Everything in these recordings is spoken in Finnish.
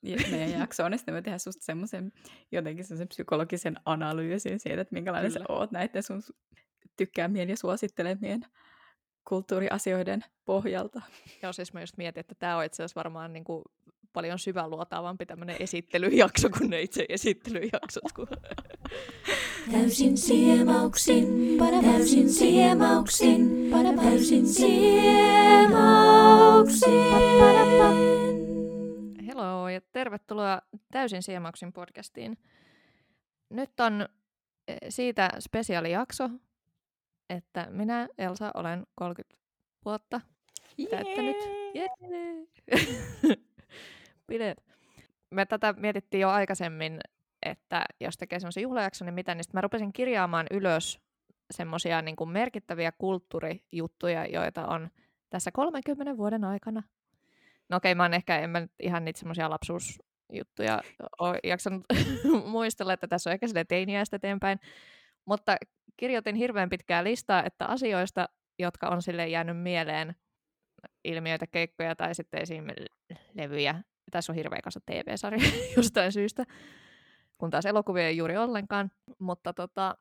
meidän jaksoon, niin sitten me tehdään susta semmoisen psykologisen analyysin siitä, että minkälainen Kyllä. sä oot näiden sun tykkäämien ja suosittelemien kulttuuriasioiden pohjalta. Joo, siis mä just mietin, että tämä on itse asiassa varmaan niin kuin paljon syväluotaavampi tämmöinen esittelyjakso kuin ne itse esittelyjaksot. Täysin siemauksin, täysin siemauksin, täysin siemauksin. Hello ja tervetuloa Täysin siemauksin podcastiin. Nyt on siitä spesiaalijakso, että minä, Elsa, olen 30 vuotta täyttänyt. Bileet. Me tätä mietittiin jo aikaisemmin, että jos tekee semmoisen juhlajakson, niin mitä, niin mä rupesin kirjaamaan ylös semmoisia niin kuin merkittäviä kulttuurijuttuja, joita on tässä 30 vuoden aikana. No okei, en mä nyt ihan niitä semmoisia lapsuusjuttuja ole jaksanut muistella, että tässä on ehkä silleen teiniäistä eteenpäin, mutta kirjoitin hirveän pitkää listaa, että asioista, jotka on silleen jäänyt mieleen, ilmiöitä, keikkoja tai sitten esim. Levyjä. Tässä on hirveä kanssa TV-sarja jostain syystä, kun taas elokuvia ei juuri ollenkaan. Mutta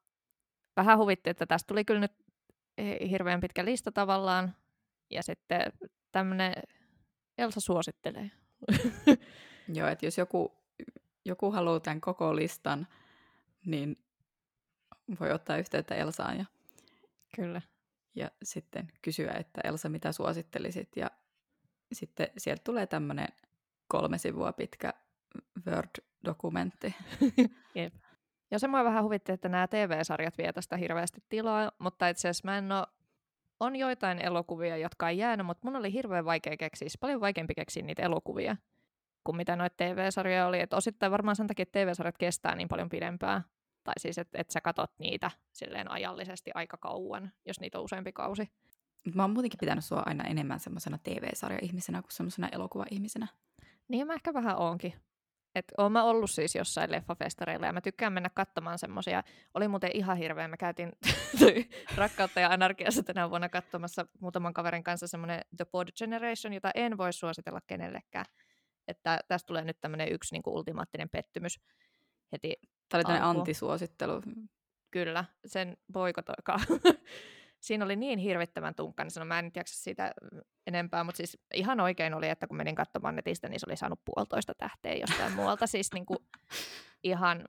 vähän huvitti, että tästä tuli kyllä nyt hirveän pitkä lista tavallaan. Ja sitten tämmöinen Elsa suosittelee. Joo, että jos joku haluaa tämän koko listan, niin voi ottaa yhteyttä Elsaan Kyllä. ja sitten kysyä, että Elsa, mitä suosittelisit? Ja sitten sieltä tulee tämmöinen 3 sivua pitkä Word-dokumentti. Jep. Ja se mua vähän huvitti, että nämä TV-sarjat vie tästä hirveästi tilaa, mutta itse asiassa on joitain elokuvia, jotka ei jäänyt, mutta mun oli hirveän vaikea keksiä, paljon vaikeampi keksiä niitä elokuvia kuin mitä noita TV-sarjoja oli. Et osittain varmaan sen takia, että TV-sarjat kestää niin paljon pidempään. Tai siis, että sä katot niitä silleen ajallisesti aika kauan, jos niitä on useampi kausi. Mä oon muutenkin pitänyt sua aina enemmän semmoisena TV-sarja-ihmisenä kuin semmoisena elokuva-ihmisenä. Niin mä ehkä vähän oonkin. Oon mä ollut siis jossain leffafestareilla ja mä tykkään mennä katsomaan semmosia. Oli muuten ihan hirveä. Mä käytin Rakkautta ja anarkiassa tänä vuonna katsomassa muutaman kaverin kanssa semmoinen The Pod Generation, jota en voi suositella kenellekään. Että tästä tulee nyt tämmöinen yksi niin kuin ultimaattinen pettymys heti. Tämä oli tämmöinen antisuosittelu. Kyllä, sen boikotoikaa. Siinä oli niin hirvittävän tunkka, niin mä en nyt jaksa siitä enempää, mutta siis ihan oikein oli, että kun menin katsomaan netistä, niin se oli saanut 1,5 tähteä jostain muualta. Siis niinku ihan,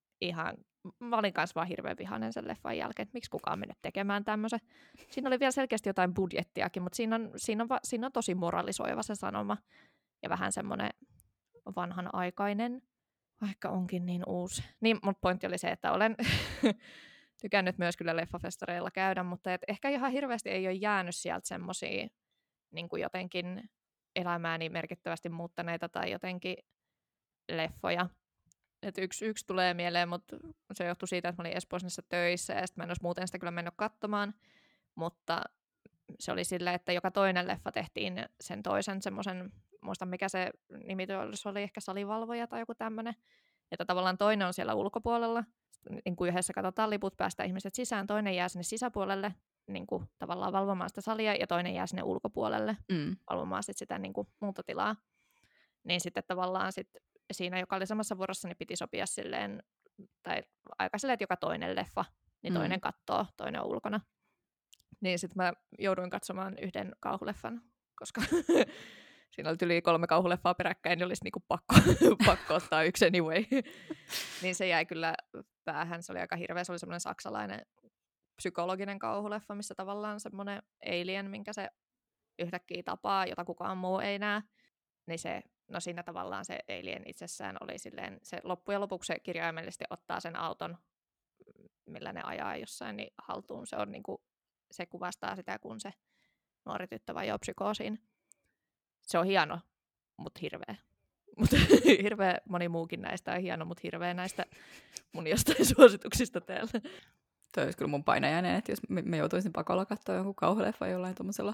mä olin kanssa vaan hirveän vihainen sen leffan jälkeen, että miksi kukaan mennyt tekemään tämmöisen. Siinä oli vielä selkeästi jotain budjettiakin, mutta siinä on tosi moralisoiva se sanoma ja vähän semmoinen vanhanaikainen, vaikka onkin niin uusi. Niin, mutta pointti oli se, että olen tykännyt myös kyllä leffafestareilla käydä, mutta ehkä ihan hirveästi ei ole jäänyt sieltä semmosia niin kuin jotenkin elämääni merkittävästi muuttaneita tai jotenkin leffoja. Et yksi tulee mieleen, mutta se johtui siitä, että mä olin Espoosissa töissä ja sitten mä en olisi muuten sitä kyllä mennyt katsomaan, mutta se oli silleen, että joka toinen leffa tehtiin sen toisen semmoisen, muistan mikä se nimi oli, ehkä Salivalvoja tai joku tämmöinen, että tavallaan toinen on siellä ulkopuolella, niin kuin yhdessä katsotaan liput, päästä ihmiset sisään, toinen jää sinne sisäpuolelle niin kuin tavallaan valvomaan sitä salia ja toinen jää sinne ulkopuolelle valvomaan sitä niin kuin muuntotilaa. Niin sitten tavallaan siinä, joka oli samassa vuorossa, niin piti sopia silleen, tai aika silleen, että joka toinen leffa, niin toinen katsoo, toinen on ulkona. Niin sitten mä jouduin katsomaan yhden kauhuleffan, koska siinä oli yli 3 kauhuleffaa peräkkäin, niin olisi niinku pakko ottaa yksi anyway. Niin se jäi kyllä päähän, se oli aika hirveä, se oli semmoinen saksalainen psykologinen kauhuleffa, missä tavallaan semmoinen alien, minkä se yhtäkkiä tapaa, jota kukaan muu ei näe, niin siinä tavallaan se alien itsessään oli silleen, se loppujen lopuksi se kirjaimellisesti ottaa sen auton, millä ne ajaa jossain, niin haltuun. Se on niinku, se kuvastaa sitä, kun se nuori tyttö vajoo psykoosiin. Se on hieno, mutta hirveä. Mutta hirveä moni muukin näistä on hieno, mutta hirveä näistä mun jostain suosituksista täällä. Toi olisi kyllä mun painajainen, että jos mä joutuisin pakolla katsoa jonkun kauhuleffa jollain tuommoisella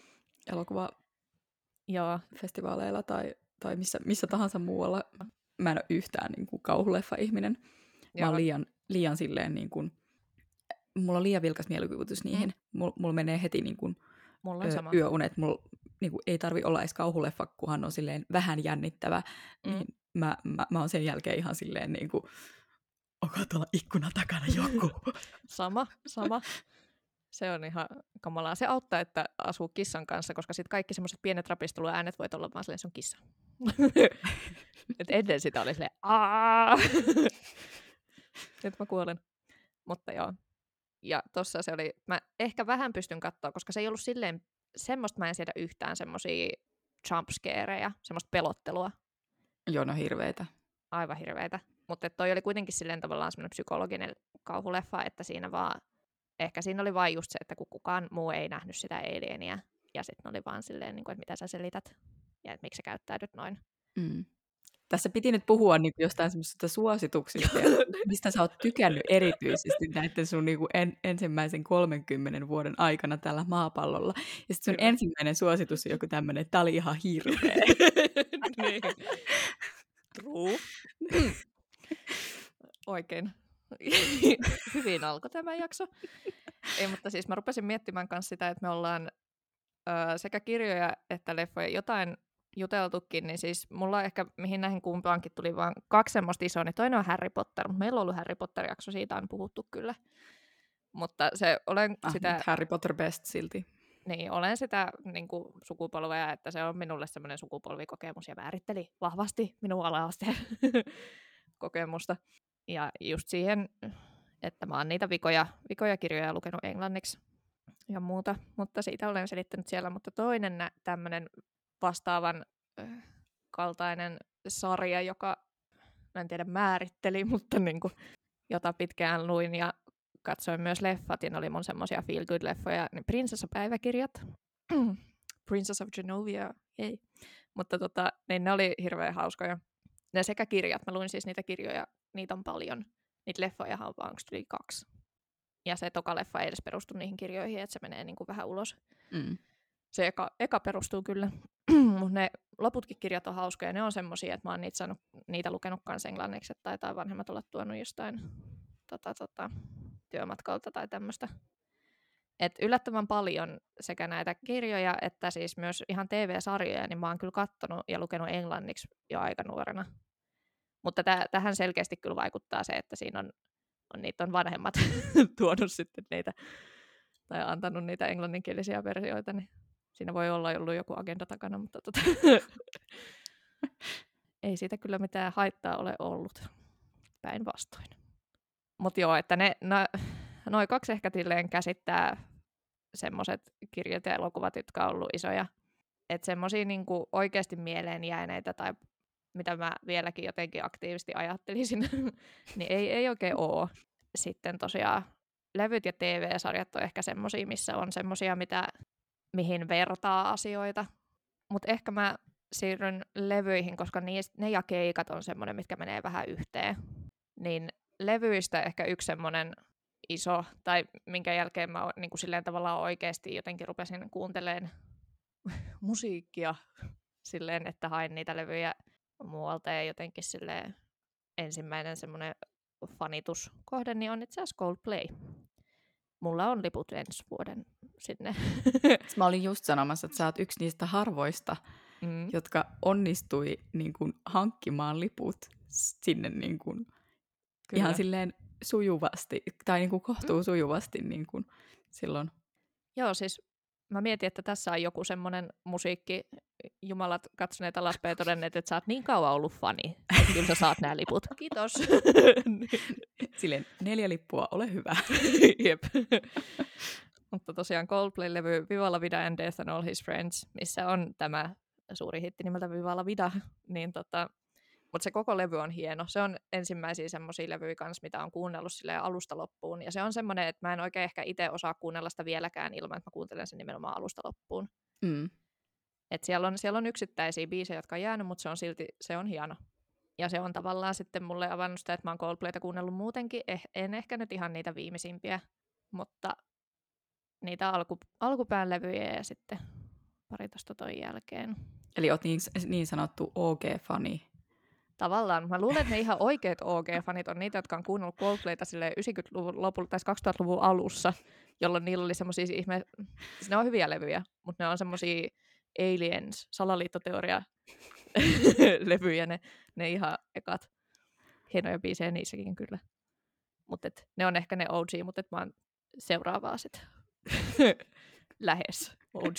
elokuvafestivaaleilla tai missä tahansa muualla. Mä en ole yhtään niin kuin kauhuleffa-ihminen. Mä oon liian silleen niin kuin, mulla on liian vilkas mielikuvitus niihin. Mulla menee heti niin kuin yöunet. Mulla niin kuin, ei tarvi olla edes kauhuleffa, kunhan on silleen vähän jännittävä. Niin mä oon sen jälkeen ihan silleen niinku, onko tuolla ikkunan takana joku? Sama. Se on ihan kamalaa. Se auttaa, että asuu kissan kanssa, koska sitten kaikki semmoiset pienet rapisteluäänet voit olla vaan silleen, se on kissa. Et ennen sitä oli silleen, aah! Nyt mä kuolen. Mutta joo. Ja tossa se oli, mä ehkä vähän pystyn katsoa, koska se ei ollut silleen, semmoista mä en siedä yhtään semmosia jumpscareja, semmoista pelottelua. Joo, no hirveitä. Aivan hirveitä. Mutta toi oli kuitenkin silleen tavallaan semmoinen psykologinen kauhuleffa, että siinä vaan, ehkä siinä oli vain just se, että kun kukaan muu ei nähnyt sitä alienia, ja sitten oli vaan silleen, että mitä sä selität, ja että miksi sä käyttäydyt noin. Mm. Tässä piti nyt puhua niin jostain semmoisesta suosituksista, mistä sä oot tykännyt erityisesti näiden sun niin ensimmäisen 30 vuoden aikana tällä maapallolla. Ja sitten sun ensimmäinen suositus on joku tämmöinen, että tää oli ihan hirveä. Niin. True. Oikein. Hyvin alkoi tämä jakso. Ei, mutta siis mä rupesin miettimään myös sitä, että me ollaan sekä kirjoja että leffoja jotain juteltukin, niin siis mulla ehkä, mihin näihin kumpaankin tuli vaan 2 semmoista isoa, niin toinen on Harry Potter, mutta meillä on ollut Harry Potter-jakso, siitä on puhuttu kyllä. Mutta se, olen sitä... Harry Potter best silti. Niin, olen sitä niin kuin, sukupolvea, että se on minulle semmoinen sukupolvikokemus ja määritteli vahvasti minun ala-asteen kokemusta. Ja just siihen, että mä oon niitä vikoja kirjoja lukenut englanniksi ja muuta, mutta siitä olen selittänyt siellä. Mutta toinen tämmöinen vastaavan kaltainen sarja, joka, mä en tiedä määritteli, mutta niin kuin, jota pitkään luin ja katsoin myös leffat, ja ne oli mun semmosia feel-good-leffoja, niin prinsessapäiväkirjat, Princess of Genovia, ei. Mutta niin ne oli hirveän hauskoja. Ne sekä kirjat, mä luin siis niitä kirjoja, niitä on paljon. Niitä leffojahan on vaan yli 2. Ja se toka leffa ei edes perustu niihin kirjoihin, että se menee niin kuin vähän ulos. Mm. Se eka perustuu kyllä. Mutta ne loputkin kirjat on hauskoja, ne on semmosia, että mä oon niitä lukenut kanssa englanniksi, että taitaa vanhemmat olla tuonut jostain työmatkalta tai tämmöistä. Et yllättävän paljon sekä näitä kirjoja että siis myös ihan TV-sarjoja, niin mä oon kyllä kattonut ja lukenut englanniksi jo aika nuorena. Mutta tähän selkeästi kyllä vaikuttaa se, että siinä niitä on vanhemmat tuonut sitten niitä tai antanut niitä englanninkielisiä versioita, niin siinä voi olla ollut joku agenda takana, mutta ei siitä kyllä mitään haittaa ole ollut. Päinvastoin. Mutta joo, että noi 2 ehkä tilleen käsittää semmoiset kirjat ja elokuvat, jotka on ollut isoja. Että semmosia niinku oikeasti mieleen jääneitä tai mitä mä vieläkin jotenkin aktiivisesti ajattelisin, niin ei oikein oo. Sitten tosiaan levyt ja TV-sarjat on ehkä semmosia, missä on semmosia, mihin vertaa asioita. Mutta ehkä mä siirryn levyihin, koska ne ja keikat on semmoinen, mitkä menee vähän yhteen. Niin levyistä ehkä yksi semmoinen iso, tai minkä jälkeen mä niin kuin silleen tavallaan oikeasti jotenkin rupesin kuuntelemaan musiikkia silleen, että hain niitä levyjä muualta ja jotenkin silleen ensimmäinen semmoinen fanituskohde niin on itse asiassa Coldplay. Mulla on liput ensi vuoden sinne. Mä olin just sanomassa, että sä oot yksi niistä harvoista, jotka onnistui niin kuin, hankkimaan liput sinne niin kuin, ihan silleen sujuvasti, tai niin kuin kohtuu sujuvasti niin kuin silloin. Joo, siis mä mietin, että tässä on joku semmoinen musiikki, jumalat katsoneet alaspäin ja todenneet, että sä oot niin kauan ollut fani, että kyllä sä saat nämä liput. Kiitos. Silleen 4 lippua, ole hyvä. Jep. Mutta tosiaan Coldplay-levy Viva la Vida and Death and All His Friends, missä on tämä suuri hitti nimeltä Viva la Vida, niin mutta se koko levy on hieno. Se on ensimmäisiä semmoisia levyjä kanssa, mitä on kuunnellut alusta loppuun. Ja se on semmoinen, että mä en oikein ehkä itse osaa kuunnella sitä vieläkään ilman, että mä kuuntelen sen nimenomaan alusta loppuun. Mm. Et siellä on yksittäisiä biisejä, jotka on jäänyt, mutta se on hieno. Ja se on tavallaan sitten mulle avannut sitä, että mä oon Coldplayta kuunnellut muutenkin. En ehkä nyt ihan niitä viimeisimpiä, mutta niitä alkupään levyjä ja sitten pari tosta ton jälkeen. Eli oot niin sanottu OG-fani. Tavallaan. Mä luulen, että ne ihan oikeat OG-fanit on niitä, jotka on kuunnellut Coldplayta 90-luvun lopulla tai 2000-luvun alussa, jolloin niillä oli semmosia ne on hyviä levyjä, mutta ne on semmosia aliens, salaliittoteoria levyjä, ne ihan ekat. Hienoja biisejä niissäkin kyllä. Mutta ne on ehkä ne OG, mutta mä oon seuraavaa sit. Lähes OG.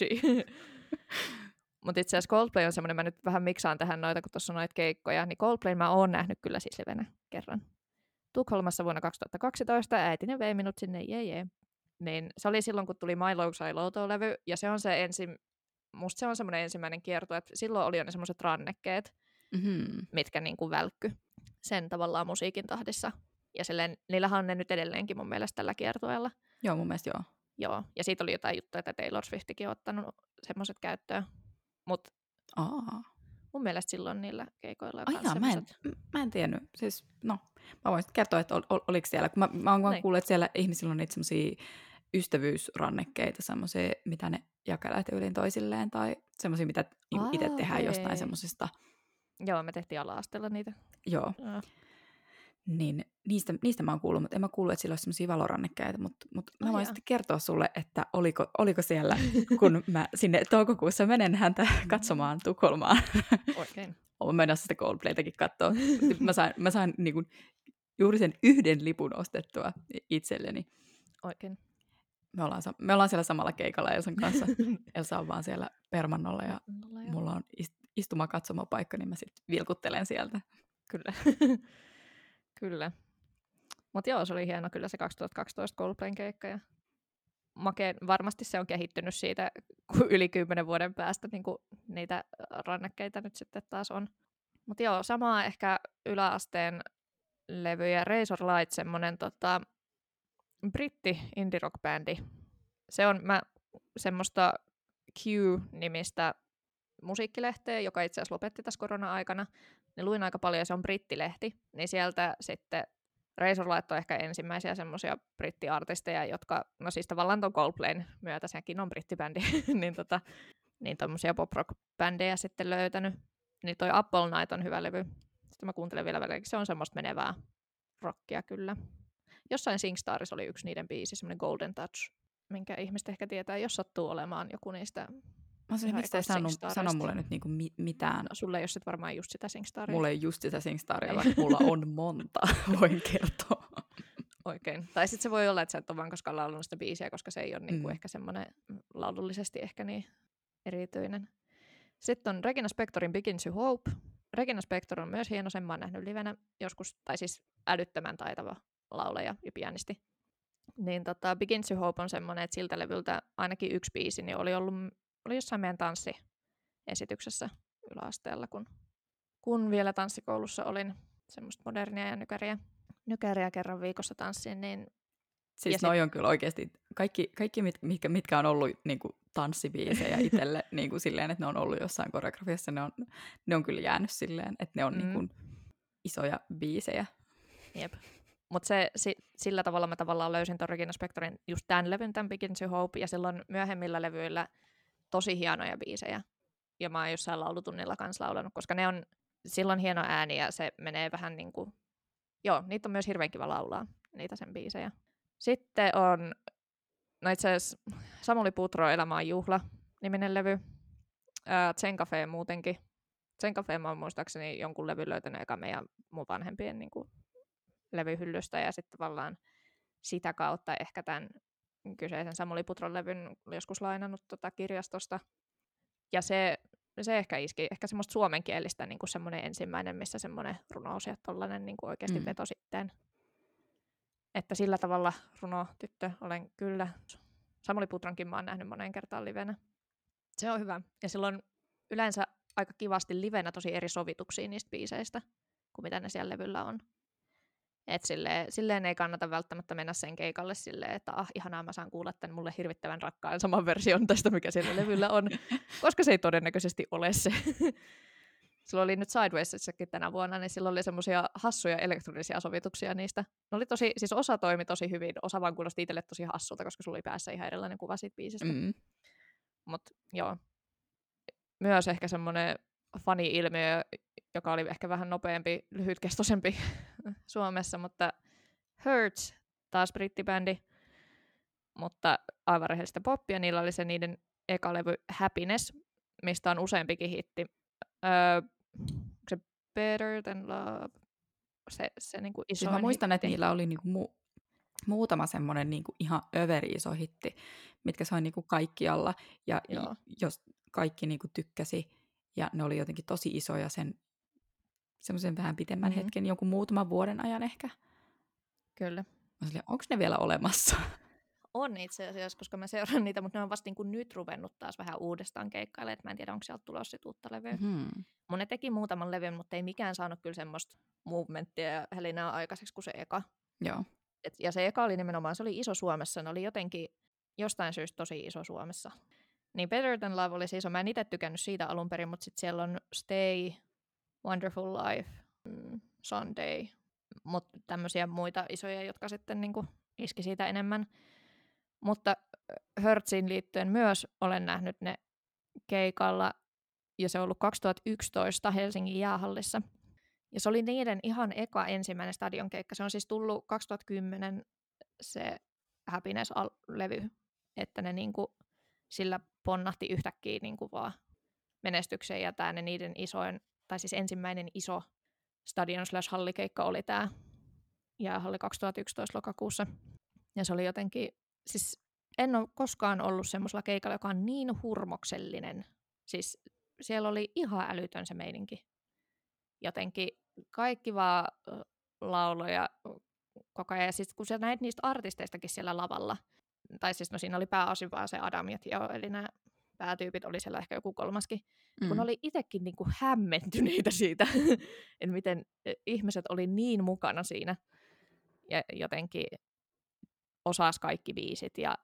Mutta itse asiassa Coldplay on semmoinen, mä nyt vähän miksaan tähän noita, kun tuossa on noita keikkoja, niin Coldplay mä oon nähnyt kyllä siis livenä kerran. Tukholmassa vuonna 2012, äitini vei minut sinne, jee. Niin se oli silloin, kun tuli My Low Loto-levy, ja se on se musta se on semmoinen ensimmäinen kierto, että silloin oli jo ne semmoiset rannekkeet, mitkä niinku välkky sen tavallaan musiikin tahdissa. Ja silleen, niillähän on ne nyt edelleenkin mun mielestä tällä kiertueella. Joo, mun mielestä joo. Joo, ja siitä oli jotain juttuja, että Taylor Swiftikin on ottanut semmoiset käyttöön. Mut mun mielestä silloin niillä keikoilla on semmoiset. Mä en tiennyt. Siis, no, mä voin kertoa, että oliko siellä. Kun mä oon vaan kuullut, että siellä ihmisillä on niitä semmosia ystävyysrannekkeita, semmoisia, mitä ne jakelee tyyliin toisilleen, tai semmoisia, mitä itse tehdään jostain semmoisista. Joo, me tehtiin ala-asteella niitä. Joo. Niin niistä mä oon kuullut, mutta en mä kuullut, että sillä olisi semmoisia valorannekkeita, mutta mä voin sitten kertoa sulle, että oliko siellä, kun mä sinne toukokuussa menen häntä katsomaan Tukholmaan. Oikein. Olen menossa sitä Coldplaytäkin katsoa. Mä sain niinku juuri sen yhden lipun ostettua itselleni. Oikein. Me ollaan siellä samalla keikalla Elsan kanssa. Elsa on vaan siellä permannolla ja mulla on istuma-katsomapaikka, niin mä sitten vilkuttelen sieltä. Kyllä. Kyllä. Mutta joo, se oli hieno kyllä se 2012 Coldplayn keikka. Ja varmasti se on kehittynyt siitä, kun yli 10 vuoden päästä niin niitä rannekkeita nyt sitten taas on. Mutta joo, samaa ehkä yläasteen levyjä. Razor Light, semmonen britti indie rock bändi. Se on semmoista Q-nimistä musiikkilehteä, joka itse asiassa lopetti tässä korona-aikana. Ne luin aika paljon, ja se on brittilehti. Niin sieltä sitten Razor Light on ehkä ensimmäisiä semmoisia brittiartisteja, jotka, no siis tavallaan ton Coldplayn myötä, sekin on brittibändi, niin tommosia pop-rock-bändejä sitten löytänyt. Niin toi Apple Night on hyvä levy. Sitten mä kuuntelen vielä välillä, se on semmoista menevää rockia kyllä. Jossain SingStarissa oli yksi niiden biisi, semmoinen Golden Touch, minkä ihmiset ehkä tietää, jos sattuu olemaan joku niistä. Mä sanoin, miksi ei sano mulle nyt niinku mitään. No, sulle ei ole sit varmaan just sitä SingStaria. Mulla ei just sitä SingStaria, vaikka mulla on monta, voin kertoa. Oikein. Tai sitten se voi olla, että sä et ole vaan koskaan laulunut sitä biisiä, koska se ei ole niinku ehkä semmoinen laulullisesti ehkä niin erityinen. Sitten on Regina Spektorin Begin to Hope. Regina Spektor on myös hieno, sen mä oon nähnyt livenä joskus, tai siis älyttömän taitava laulaja ja pianisti. Niin Begin to Hope on semmoinen, että siltä levyltä ainakin yksi biisi niin oli jossain meidän tanssiesityksessä yläasteella, kun vielä tanssikoulussa olin semmoista modernia ja nykäriä kerran viikossa tanssiin. Niin siis noi on kyllä oikeasti, kaikki mitkä on ollut niinku tanssibiisejä itselle niinku silleen, että ne on ollut jossain koreografiassa, ne on kyllä jäänyt silleen, että ne on niinku isoja biisejä. Jep. Mutta sillä tavalla mä tavallaan löysin ton Regina Spektorin just tämän levyn, tämän Begin to Hope, ja silloin myöhemmillä levyillä tosi hienoja biisejä. Ja mä oon jossain laulutunnilla kanssa laulanut, koska ne on silloin hieno ääni ja se menee vähän niinku, joo, niitä on myös hirveän kiva laulaa, niitä sen biisejä. Sitten on, no itse asiassa Samuli Putro, Elämä on juhla -niminen levy. Zen Cafe muutenkin. Zen Cafe mä oon muistaakseni jonkun levyn löytänyt eka meidän mun vanhempien niinku levyhyllystä ja sitten tavallaan sitä kautta ehkä tämän kyseisen Samuli Putron levyn joskus lainannut kirjastosta. Ja se ehkä iski, ehkä semmoista suomenkielistä niin kuin semmoinen ensimmäinen, missä semmoinen runous ja tollainen niin kuin oikeasti veto sitten. Että sillä tavalla runotyttö olen kyllä. Samuli Putronkin mä oon nähnyt moneen kertaan livenä. Se on hyvä. Ja silloin yleensä aika kivasti livenä tosi eri sovituksia niistä biiseistä, kuin mitä ne siellä levyllä on. Että silleen ei kannata välttämättä mennä sen keikalle silleen, että ihanaa mä saan kuulla tämän mulle hirvittävän rakkaan saman version tästä, mikä siellä levyllä on, koska se ei todennäköisesti ole se. Sillä oli nyt Sidewaysissakin tänä vuonna, niin sillä oli semmoisia hassuja elektronisia sovituksia niistä. Ne oli siis osa toimi tosi hyvin, osa vaan kuulosti itselle tosi hassulta, koska sulla oli päässä ihan erilainen kuva siitä biisistä. Mutta joo, myös ehkä semmoinen fani-ilmiö, joka oli ehkä vähän nopeampi, lyhytkestoisempi Suomessa, mutta Hurts, taas brittibändi, mutta aivan rehellistä poppia. Niillä oli se niiden eka levy Happiness, mistä on useampikin hitti. se Better Than Love, se niinku Siis mä isoin muistan, että hitti. niillä oli niinku muutama semmoinen niinku ihan överi-iso hitti, mitkä soi niinku kaikkialla. Ja Joo. jos kaikki niinku tykkäsi, ja ne oli jotenkin tosi isoja semmoisen vähän pitemmän hetken, jonkun muutaman vuoden ajan ehkä. Kyllä. Mä olin, onko ne vielä olemassa? On itse asiassa, koska mä seuraan niitä, mutta ne on vasta niin kuin nyt ruvennut taas vähän uudestaan keikkailemaan, että mä en tiedä, onko sieltä tulossa sit uutta levyä. Mun ne teki muutaman levyn, mutta ei mikään saanut kyllä semmoista movementtia ja helinää aikaiseksi kuin se eka. Joo. Ja se eka oli nimenomaan, se oli iso Suomessa, ne oli jotenkin jostain syystä tosi iso Suomessa. Niin Better Than Love oli se iso, mä en itse tykännyt siitä alun perin, mutta sitten siellä on Stay, Wonderful Life, Sunday, mutta tämmöisiä muita isoja, jotka sitten niinku iski siitä enemmän. Mutta Hurtsiin liittyen myös olen nähnyt ne keikalla, ja se on ollut 2011 Helsingin jäähallissa. Ja se oli niiden ihan eka ensimmäinen stadionkeikka. Se on siis tullut 2010 se Happiness-levy, että ne niinku sillä ponnahti yhtäkkiä niinku vaan menestykseen, ja tämä niiden isoin, tai siis ensimmäinen iso stadion/hallikeikka oli tämä jäähalli 2011 lokakuussa. Ja se oli jotenkin, siis en ole koskaan ollut semmoisella keikalla, joka on niin hurmoksellinen. Siis siellä oli ihan älytön se meininki. Jotenkin kaikki vaan lauloja koko ajan. Ja siis kun sä näit niistä artisteistakin siellä lavalla, tai siis no siinä oli pääosin vaan se Adam ja Tio, eli nämä päätyypit oli siellä ehkä joku kolmaskin, kun oli itsekin niinku hämmentyneitä siitä, että miten ihmiset oli niin mukana siinä ja jotenkin osasi kaikki biisit. Ja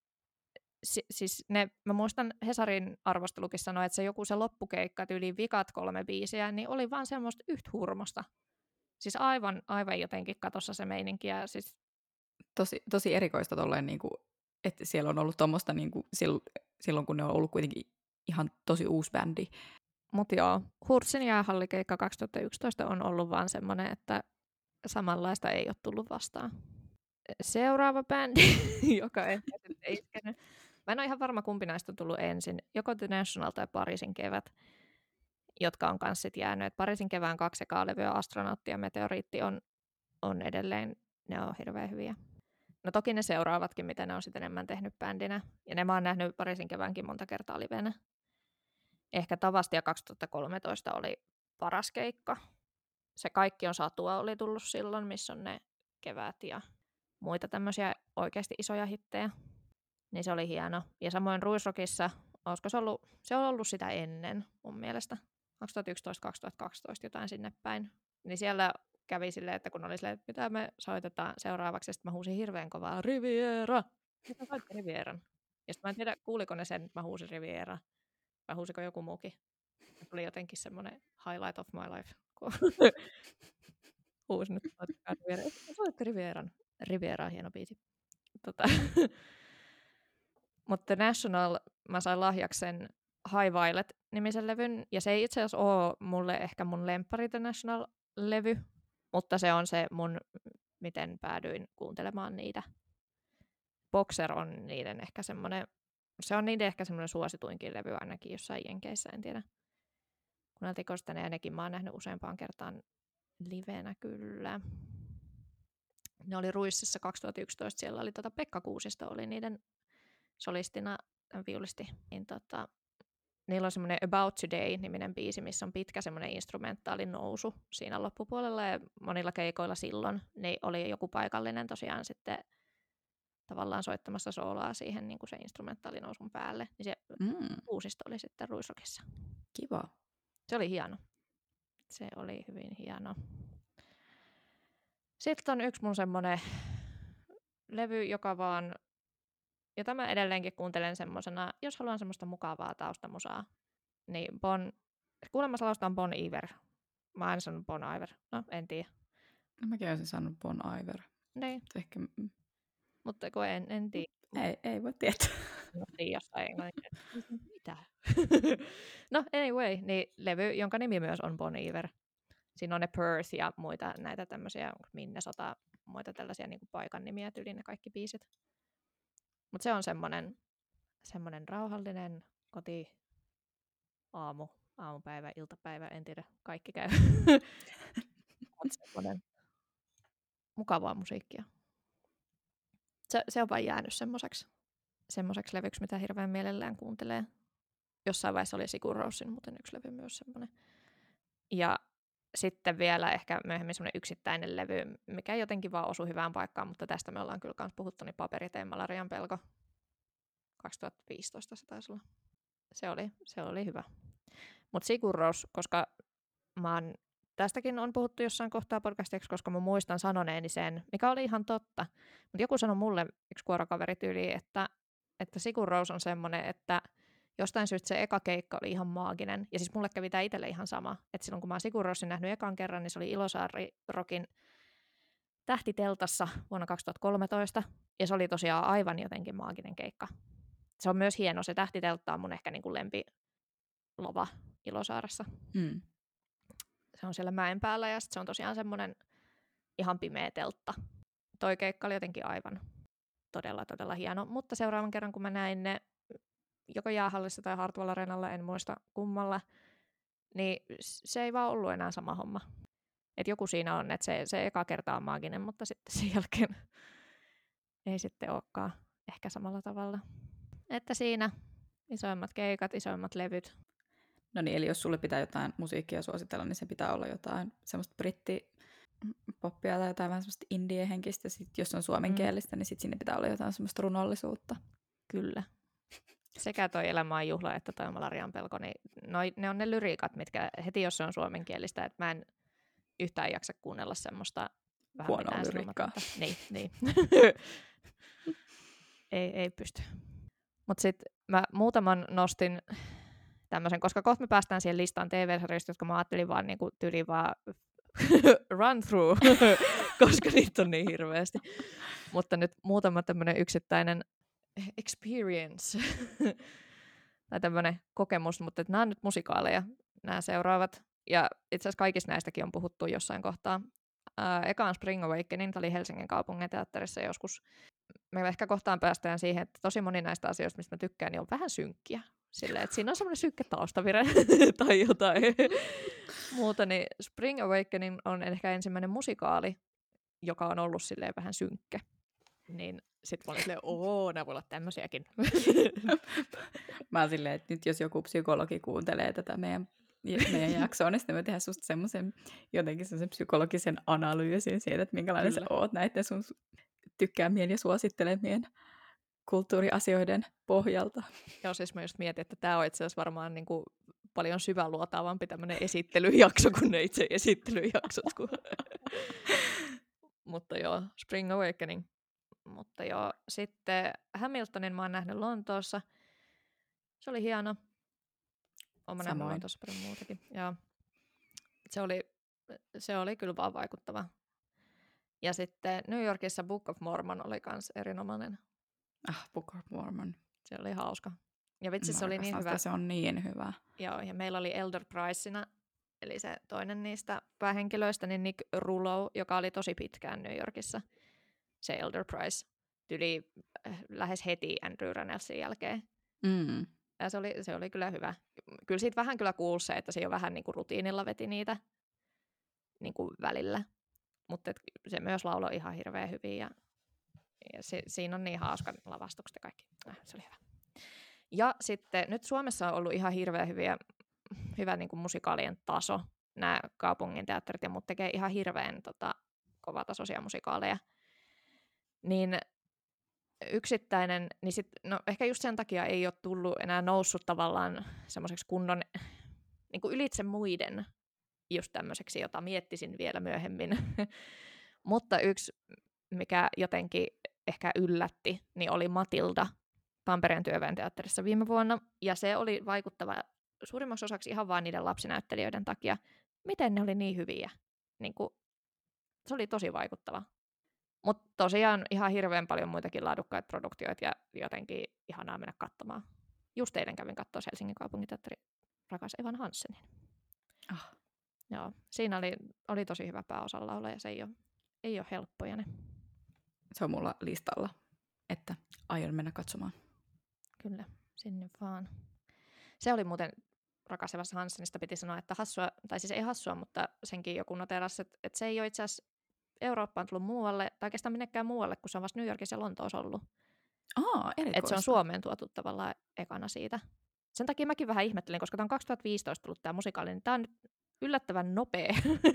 siis mä muistan Hesarin arvostelukin sanoi, että se loppukeikka tyyliin vikat 3 biisiä, niin oli vaan semmoista yhtä hurmosta. Siis aivan jotenkin katossa se meininki. Ja siis Tosi erikoista tolleen, niinku, että siellä on ollut tommoista niinku, silloin, kun ne on ollut kuitenkin ihan tosi uusi bändi. Mutta joo, Hurtsin jäähallikeikka 2011 on ollut vaan semmoinen, että samanlaista ei ole tullut vastaan. Seuraava bändi, joka ei iskenyt. Mä en ole ihan varma, kumpi näistä on tullut ensin. Joko The National tai Pariisin kevät, jotka on kanssa jäänyt. Pariisin kevään 2 ekaa levyä, Astronautti ja Meteoriitti on edelleen, ne on hirveän hyviä. No toki ne seuraavatkin, mitä ne on sitten enemmän tehnyt bändinä. Ja ne mä oon nähnyt Pariisin keväänkin monta kertaa livenä. Ehkä Tavastia 2013 oli paras keikka. Se Kaikki on satua oli tullut silloin, missä on ne kevät ja muita tämmöisiä oikeasti isoja hittejä. Niin se oli hieno. Ja samoin Ruisrockissa, se on ollut sitä ennen mun mielestä. 2011-2012 jotain sinne päin. Niin siellä kävi silleen, että kun oli silleen, että mitä me soitetaan seuraavaksi, ja sitten mä huusin hirveän kovaa, Riviera! Ja mä soitin Rivieran. Ja sitten mä en tiedä, kuuliko ne sen, että mä huusin Riviera. Vai huusiko joku muukin. Se tuli jotenkin semmoinen highlight of my life. Huusin, että soittakaa Riviera. Soitte Rivieran. Riviera on hieno biisi. Mutta National, mä sain lahjaksen High Violet-nimisen levyn, ja se ei itse asiassa ole mulle ehkä mun lemppari The National-levy, mutta se on se miten päädyin kuuntelemaan niitä. Boxer on niiden ehkä semmoinen, suosituinkin levy ainakin jossain Jenkeissä, en tiedä. Kuunneltiko sitä ne ainakin, mä oon nähnyt useampaan kertaan livenä kyllä. Ne oli Ruississa 2011, siellä oli Pekka Kuusisto, oli niiden solistina viulisti. Niin niillä on semmoinen About Today-niminen biisi, missä on pitkä semmoinen instrumentaalin nousu siinä loppupuolella, ja monilla keikoilla silloin niin oli joku paikallinen tosiaan sitten tavallaan soittamassa soolaa siihen niin kuin se instrumentaalinousun päälle. Niin se Kuusisto oli sitten Ruisrockissa. Kiva. Se oli hieno. Se oli hyvin hieno. Sitten on yksi mun semmoinen levy, joka vaan, jota mä edelleenkin kuuntelen semmosena, jos haluan semmoista mukavaa taustamusaa, niin kuulemma se laustaan Bon Iver. Mä aina sanon Bon Iver. No, en tiedä. Mäkin olisin sanonut Bon Iver. Niin. Ehkä. Mutta kun en tiedä. Ei voi tietää. No, jossain mitä? No, anyway, niin levy, jonka nimi myös on Bon Iver. Siinä on ne Perth ja muita näitä tämmöisiä Minnesota, muita tällaisia niin kuin paikan nimiä tyyliin ne kaikki biisit. Mutta se on semmoinen rauhallinen aamu aamupäivä, iltapäivä, en tiedä, kaikki käy. Mutta semmoinen mukavaa musiikkia. Se on vain jäänyt semmoiseksi levyksi, mitä hirveän mielellään kuuntelee. Jossain vaiheessa oli Sigur Rosin, muuten yksi levy myös semmoinen. Ja sitten vielä ehkä myöhemmin semmoinen yksittäinen levy, mikä jotenkin vaan osui hyvään paikkaan, mutta tästä me ollaan kyllä myös puhuttu, niin Paperiteen Malarian pelko. 2015 se taisi olla. Se oli hyvä. Mutta Sigur Rós, koska tästäkin on puhuttu jossain kohtaa podcastiksi, koska mä muistan sanoneeni sen, mikä oli ihan totta. Mutta joku sanoi mulle, yksi kuorokaveri tyyli, että Sigur Rós on semmoinen, että jostain syystä se eka keikka oli ihan maaginen. Ja siis mulle kävi tämä itselle ihan sama. Että silloin kun mä oon Sigur Rósin nähnyt ekan kerran, niin se oli Ilosaari Rockin Tähtiteltassa vuonna 2013. Ja se oli tosiaan aivan jotenkin maaginen keikka. Se on myös hieno. Se Tähtiteltta on mun ehkä niin kuin lempilava Ilosaaressa. Se on siellä mäen päällä ja se on tosiaan semmoinen ihan pimeä teltta. Toi keikka oli jotenkin aivan todella, todella hieno. Mutta seuraavan kerran, kun mä näin ne joko Jäähallissa tai Hartwall Arenalla, en muista kummalla, niin se ei vaan ollut enää sama homma. Et joku siinä on, että se eka kerta on maaginen, mutta sitten sen jälkeen ei sitten olekaan ehkä samalla tavalla. Että siinä isoimmat keikat, isoimmat levyt. No niin, eli jos sulle pitää jotain musiikkia suositella, niin se pitää olla jotain semmoista brittipoppia tai jotain vähän semmoista indie-henkistä. Sitten jos on suomenkielistä, niin sitten sinne pitää olla jotain semmoista runollisuutta. Kyllä. Sekä toi Elämä on juhla että toi Malarian pelko, niin ne on ne lyriikat, mitkä heti jos se on suomenkielistä, että mä en yhtään jaksa kuunnella semmoista vähän huonoa lyriikkaa. Niin. ei pysty. Mutta sitten mä muutaman nostin tämmöisen, koska kohta me päästään siihen listaan TV-sarjoista, jotka mä ajattelin vaan niinku tyyliin vaan run through, koska niitä on niin hirveästi. Mutta nyt muutama tämmöinen yksittäinen experience tai tämmöinen kokemus, mutta nämä on nyt musikaaleja, nämä seuraavat. Ja itse asiassa kaikista näistäkin on puhuttu jossain kohtaa. Eka on Spring Awakening, tämä oli Helsingin kaupunginteatterissa joskus. Me ehkä kohtaan päästään siihen, että tosi moni näistä asioista, mistä mä tykkään, niin on vähän synkkiä. Silleen, että siinä on semmoinen synkkä taustavire tai jotain muuta. Niin Spring Awakening on ehkä ensimmäinen musikaali, joka on ollut silleen vähän synkkä. Niin sitten mä olin silleen, nämä voi olla tämmöisiäkin. Mä oon silleen, että nyt jos joku psykologi kuuntelee tätä meidän jaksoa, niin sitten me tehdään susta semmoisen jotenkin semmoisen psykologisen analyysin siitä, että minkälainen sä oot näiden sun tykkäämien ja suosittelemien kulttuuriasioiden pohjalta. Joo, siis mä just mietin, että tää on itse asiassa varmaan niin kuin paljon syväluotaavampi tämmöinen esittelyjakso kuin ne itse esittelyjaksot. Mutta joo, Spring Awakening. Mutta joo, sitten Hamiltonin mä oon nähnyt Lontoossa. Se oli hieno. Oon mä nähnyt Lontoossa paljon muutakin. Ja se oli kyllä vaan vaikuttava. Ja sitten New Yorkissa Book of Mormon oli kans erinomainen. Book of Mormon. Se oli hauska. Ja vitsi, se oli niin hyvä. Se on niin hyvä. Joo, ja meillä oli Elder Pricena, eli se toinen niistä päähenkilöistä, niin Nick Rulo, joka oli tosi pitkään New Yorkissa. Se Elder Price tyli lähes heti Andrew Rannellsin jälkeen. Ja se oli kyllä hyvä. Kyllä siitä vähän kyllä kuulsi se, että se jo vähän niin kuin rutiinilla veti niitä niin kuin välillä. Mutta se myös lauloi ihan hirveän hyvin ja siinä on niin hauska lavastukset ja kaikki. Se oli hyvä. Ja sitten nyt Suomessa on ollut ihan hirveän hyvä niin kuin musikaalien taso. Nämä kaupunginteatterit ja muut tekee ihan hirveän kovatasoisia musikaaleja. Niin yksittäinen, niin ehkä just sen takia ei ole tullut enää noussut tavallaan semmoiseksi kunnon niin kuin ylitse muiden just tämmöiseksi, jota miettisin vielä myöhemmin. Mutta yksi, mikä jotenkin ehkä yllätti, niin oli Matilda Tampereen Työväen teatterissa viime vuonna. Ja se oli vaikuttava suurimmaksi osaksi ihan vaan niiden lapsinäyttelijöiden takia. Miten ne oli niin hyviä? Niin kuin, se oli tosi vaikuttava. Mutta tosiaan ihan hirveän paljon muitakin laadukkaita produktioita ja jotenkin ihanaa mennä katsomaan. Just eilen kävin katsoa Helsingin kaupunginteatteri rakas Evan Hansenin. Joo, siinä oli tosi hyvä pääosalla ja se ei ole helppoja ne. Se on mulla listalla, että aion mennä katsomaan. Kyllä, sinne vaan. Se oli muuten Rakasevassa Hansenista piti sanoa, että hassua, tai siis ei hassua, mutta senkin joku noterasi, että se ei ole itse asiassa Eurooppaan tullut muualle, tai oikeastaan minnekään muualle, kun se on vasta New Yorkissa ja Lontoossa ollut. Erikoista. Että se on Suomeen tuotu tavallaan ekana siitä. Sen takia mäkin vähän ihmettelin, koska tämä on 2015 tullut tämä musikaali, niin tämä on nyt yllättävän nopea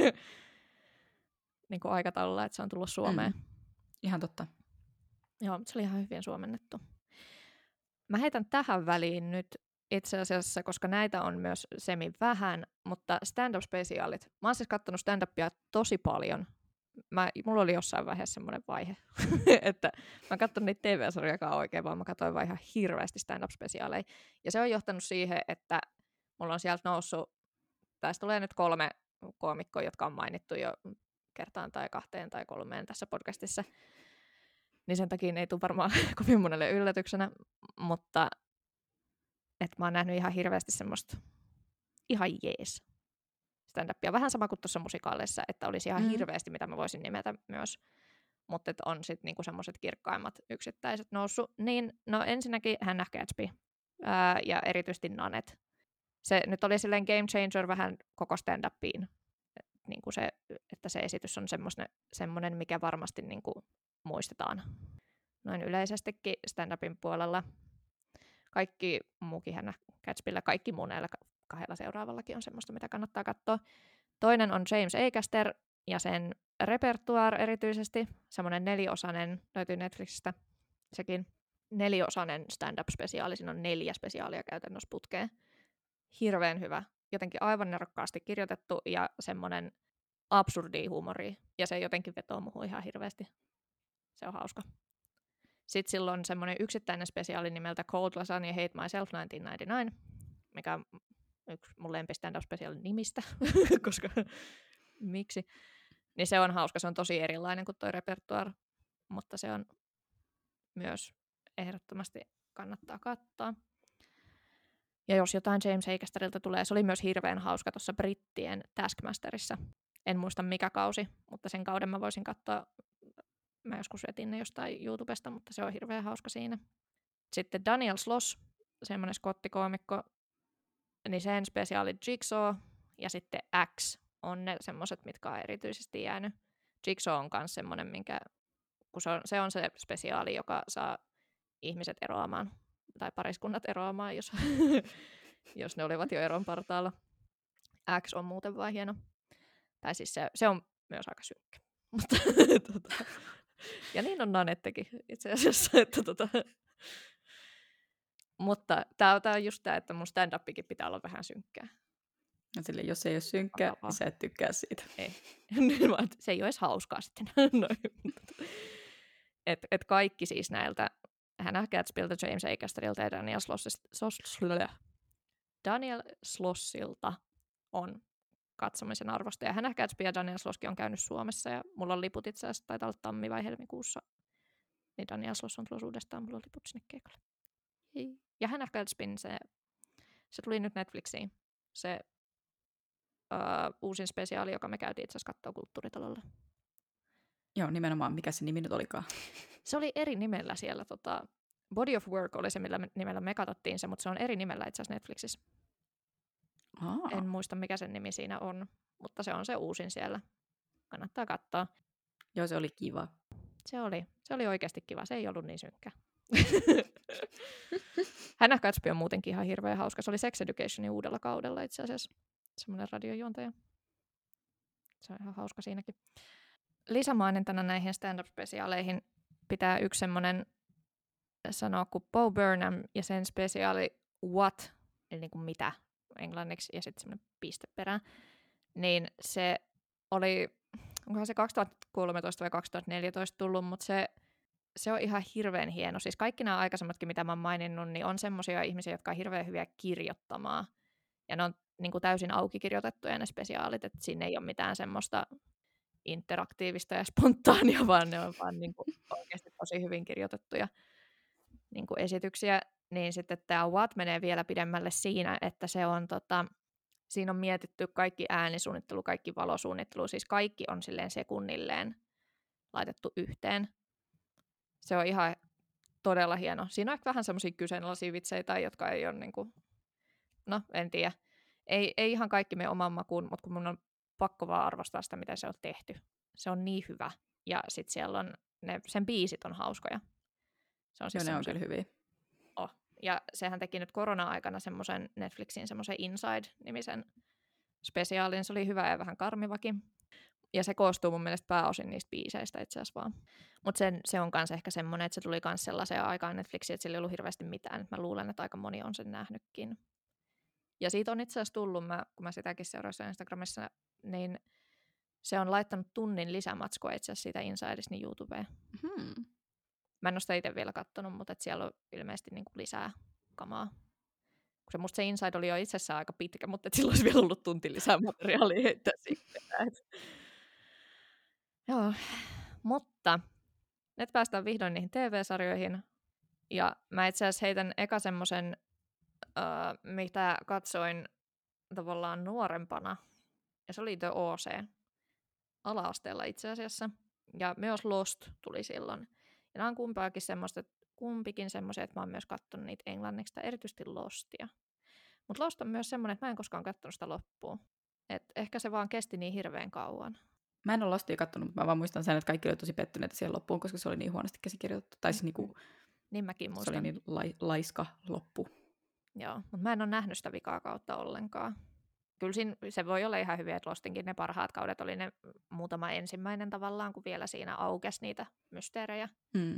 niin kuin aikataululla, että se on tullut Suomeen. Ihan totta. Joo, se oli ihan hyvin suomennettu. Mä heitän tähän väliin nyt itse asiassa, koska näitä on myös semi vähän, mutta stand-up-spesiaalit. Mä oon siis kattonut stand-upia tosi paljon. Mulla oli jossain vaiheessa semmoinen vaihe, että mä en katsonut niitä TV-sarjakaan oikein, vaan mä katsoin vaan ihan hirveästi stand-up-spesiaaleja. Ja se on johtanut siihen, että mulla on sieltä noussut, tästä tulee nyt 3 koomikkoa, jotka on mainittu jo kertaan tai 2 tai 3 tässä podcastissa. Niin sen takia ne ei tule varmaan kovin monelle yllätyksenä, mutta että mä oon nähnyt ihan hirveästi semmoista ihan jees stand-upia. Vähän sama kuin tuossa musikaaleissa, että olisi ihan hirveästi, mitä mä voisin nimetä myös. Mutta on sitten niinku semmoiset kirkkaimmat yksittäiset noussut. Niin, no ensinnäkin Hannah Gadsby ja erityisesti Nanette. Se nyt oli silleen game changer vähän koko stand-upiin. Niinku se, että se esitys on semmoinen, mikä varmasti niinku muistetaan noin yleisestikin stand-upin puolella. Kaikki muukin Hannah Gadsbyllä, kaikki muu näillä 2 seuraavallakin on semmoista, mitä kannattaa katsoa. Toinen on James Acaster ja sen repertoire erityisesti. Semmoinen 4-osainen, löytyy Netflixistä sekin. 4-osainen stand-up-spesiaali, siinä on 4 spesiaalia käytännössä putkeen. Hirveän hyvä, jotenkin aivan nerokkaasti kirjoitettu ja semmoinen absurdi huumori. Ja se jotenkin vetoo muuhun ihan hirveästi. Se on hauska. Sitten silloin on semmoinen yksittäinen spesiaali nimeltä Cold Lasagna Hate Myself 1999, mikä on yksi mun lempi stand-up-spesiaalin nimistä, koska miksi. Niin se on hauska, se on tosi erilainen kuin toi repertoire, mutta se on myös ehdottomasti kannattaa katsoa. Ja jos jotain James Acasterilta tulee, se oli myös hirveän hauska tuossa brittien Taskmasterissa. En muista mikä kausi, mutta sen kauden mä voisin katsoa. Mä joskus etin ne jostain YouTubesta, mutta se on hirveän hauska siinä. Sitten Daniel Sloss, semmoinen skottikoomikko, niin sen spesiaali Jigsaw ja sitten X on ne semmoiset, mitkä on erityisesti jäänyt. Jigsaw on myös semmoinen, kun se on se spesiaali, joka saa ihmiset eroamaan, tai pariskunnat eroamaan, jos ne olivat jo eron partaalla. X on muuten vaan hieno. Tai siis se on myös aika synkkä. Mutta, ja niin on Nanettekin itse asiassa. Mutta tämä on just tämä, että mun stand-upikin pitää olla vähän synkkää. Ja sille, jos ei ole synkkää, niin sä et tykkää siitä. Ei. Se ei ole edes hauskaa sitten. Et kaikki siis näiltä Hannah Gadsbyltä, James Acasterilta ja Daniel Slossilta on katsomisen arvosta. Ja Hannah Gadsby ja Daniel Slosskin on käynyt Suomessa, ja mulla on liput itse asiassa, taitaa olla tammi- vai helmikuussa. Niin Daniel Sloss on tulossa uudestaan, mulla on liput sinne keikalle. Ja Hannah Gadsbyn, se tuli nyt Netflixiin. Se uusin spesiaali, joka me käytiin itse asiassa katsoa Kulttuuritalolla. Joo, nimenomaan. Mikä se nimi nyt olikaan? Se oli eri nimellä siellä. Body of Work oli se, millä nimellä me katsottiin se, mutta se on eri nimellä itse asiassa Netflixissä. En muista, mikä sen nimi siinä on, mutta se on se uusin siellä. Kannattaa katsoa. Joo, se oli kiva. Se oli oikeasti kiva. Se ei ollut niin synkkä. Hannah Gadsby on muutenkin ihan hirveän hauska. Se oli Sex Educationin uudella kaudella itse asiassa. Semmoinen radiojuontaja. Se on ihan hauska siinäkin. Lisämainintana näihin stand-up-spesiaaleihin pitää yksi semmoinen sanoa kuin Bo Burnham ja sen spesiaali What, eli niin kuin mitä englanniksi, ja sitten semmoinen piste perään. Niin se oli, onkohan se 2013 vai 2014 tullut, mutta se on ihan hirveän hieno. Siis kaikki nämä aikaisemmatkin, mitä mä oon maininnut, niin on semmoisia ihmisiä, jotka on hirveän hyviä kirjoittamaan. Ja ne on niin kuin täysin auki kirjoitettuja ne spesiaalit, että siinä ei ole mitään semmoista interaktiivista ja spontaania, vaan ne on vaan niin kuin oikeasti tosi hyvin kirjoitettuja niin kuin esityksiä. Niin sitten tämä What menee vielä pidemmälle siinä, että se on siinä on mietitty kaikki äänisuunnittelu, kaikki valosuunnittelu, siis kaikki on silleen sekunnilleen laitettu yhteen. Se on ihan todella hieno. Siinä on ehkä vähän semmoisia kyseenalaisia vitsejä, jotka ei ole niinku, no en tiedä. ei ihan kaikki mene oman makuun, mutta kun mun on pakko vaan arvostaa sitä, miten se on tehty. Se on niin hyvä. Ja sitten siellä on, sen biisit on hauskoja. Se on siis ne on kyllä hyviä. Ja sehän teki nyt korona-aikana semmoisen Netflixin semmoisen Inside-nimisen spesiaalin. Se oli hyvä ja vähän karmivakin. Ja se koostuu mun mielestä pääosin niistä biiseistä itse asiassa vaan. Mutta se on myös ehkä semmoinen, että se tuli myös sellaiseen aikaan Netflixiin, että sillä ei ollut hirveästi mitään. Mä luulen, että aika moni on sen nähnytkin. Ja siitä on itse asiassa tullut, kun mä sitäkin seuraan Instagramissa, niin se on laittanut tunnin lisämatskua itse asiassa siitä Insidesta niin YouTubeen. Mä en ole sitä itse vielä katsonut, mutta siellä on ilmeisesti niin kuin lisää kamaa. Musta se Inside oli jo itsessään aika pitkä, mutta sillä olisi vielä ollut tunti lisää materiaalia heittää siitä. Joo, mutta nyt päästään vihdoin niihin TV-sarjoihin. Ja mä itse asiassa heitän eka semmoisen, mitä katsoin tavallaan nuorempana. Ja se oli The OC. Ala-asteella itse asiassa. Ja myös Lost tuli silloin. Ja nämä on kumpikin semmoisia, että mä oon myös katsonut niitä englanniksi, tai erityisesti Lostia. Mutta Lost on myös semmoinen, että mä en koskaan katsonut sitä loppuun. Et ehkä se vaan kesti niin hirveän kauan. Mä en ole Lostia katsonut, mutta mä vaan muistan sen, että kaikki oli tosi pettyneitä siihen loppuun, koska se oli niin huonosti käsikirjoitettu. Tai siis niin mäkin muistan. Se oli niin laiska loppu. Joo, mutta mä en ole nähnyt sitä vikaa kautta ollenkaan. Kyllä se voi olla ihan hyviä, että Lostinkin ne parhaat kaudet oli ne muutama ensimmäinen tavallaan, kun vielä siinä aukesi niitä mysteerejä.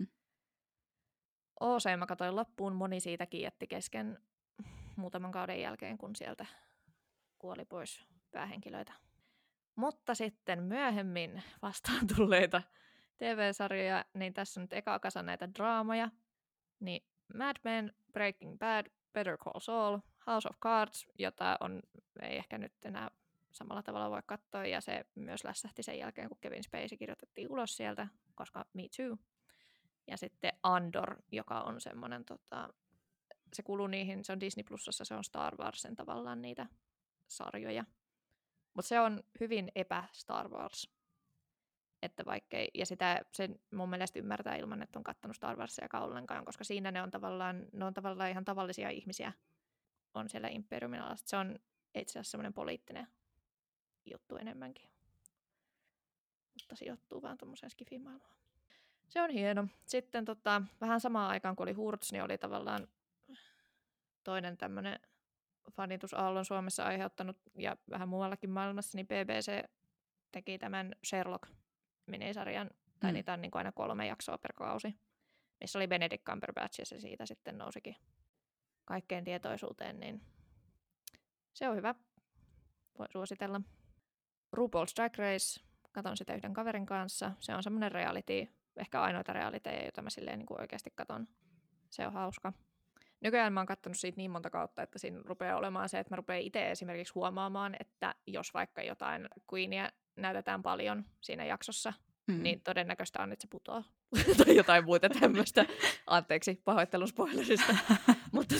OC mä katsoin loppuun, moni siitäkin jätti kesken muutaman kauden jälkeen, kun sieltä kuoli pois päähenkilöitä. Mutta sitten myöhemmin vastaan tulleita TV-sarjoja, niin tässä on nyt eka kasa näitä draamoja. Niin Mad Men, Breaking Bad, Better Call Saul, House of Cards, jota ei ehkä nyt enää samalla tavalla voi katsoa, ja se myös lässähti sen jälkeen, kun Kevin Spacey kirjoitettiin ulos sieltä, koska Me Too. Ja sitten Andor, joka on semmoinen, se kuuluu niihin, se on Disney Plusassa, se on Star Warsen tavallaan niitä sarjoja. Mutta se on hyvin epä-Star Wars. Että vaikkei, ja sitä sen mun mielestä ymmärtää ilman, että on katsonut Star Warsiakaan ollenkaan, koska siinä ne on tavallaan ihan tavallisia ihmisiä on siellä Imperiumin alasta. Se on itse asiassa semmoinen poliittinen juttu enemmänkin. Mutta sijoittuu vaan tuommoiseen skifimaailmaan. Se on hieno. Sitten vähän samaan aikaan, kun oli Hurts, niin oli tavallaan toinen tämmöinen fanitusaallon Suomessa aiheuttanut, ja vähän muuallakin maailmassa, niin BBC teki tämän Sherlock-minisarjan, tai niitä on niin kuin aina 3 jaksoa per kausi, missä oli Benedict Cumberbatch, ja se siitä sitten nousikin kaikkeen tietoisuuteen, niin se on hyvä. Voin suositella. RuPaul's Drag Race, katon sitä yhden kaverin kanssa. Se on semmoinen reality, ehkä ainoita realiteja, joita mä silleen niin kuin oikeasti katon. Se on hauska. Nykyään mä oon katsonut siitä niin monta kautta, että siinä rupeaa olemaan se, että mä rupean itse esimerkiksi huomaamaan, että jos vaikka jotain Queenia näytetään paljon siinä jaksossa, niin todennäköistä on, että se putoaa. Tai jotain muuta tämmöistä. Anteeksi pahoittelun spoilerista. Mutta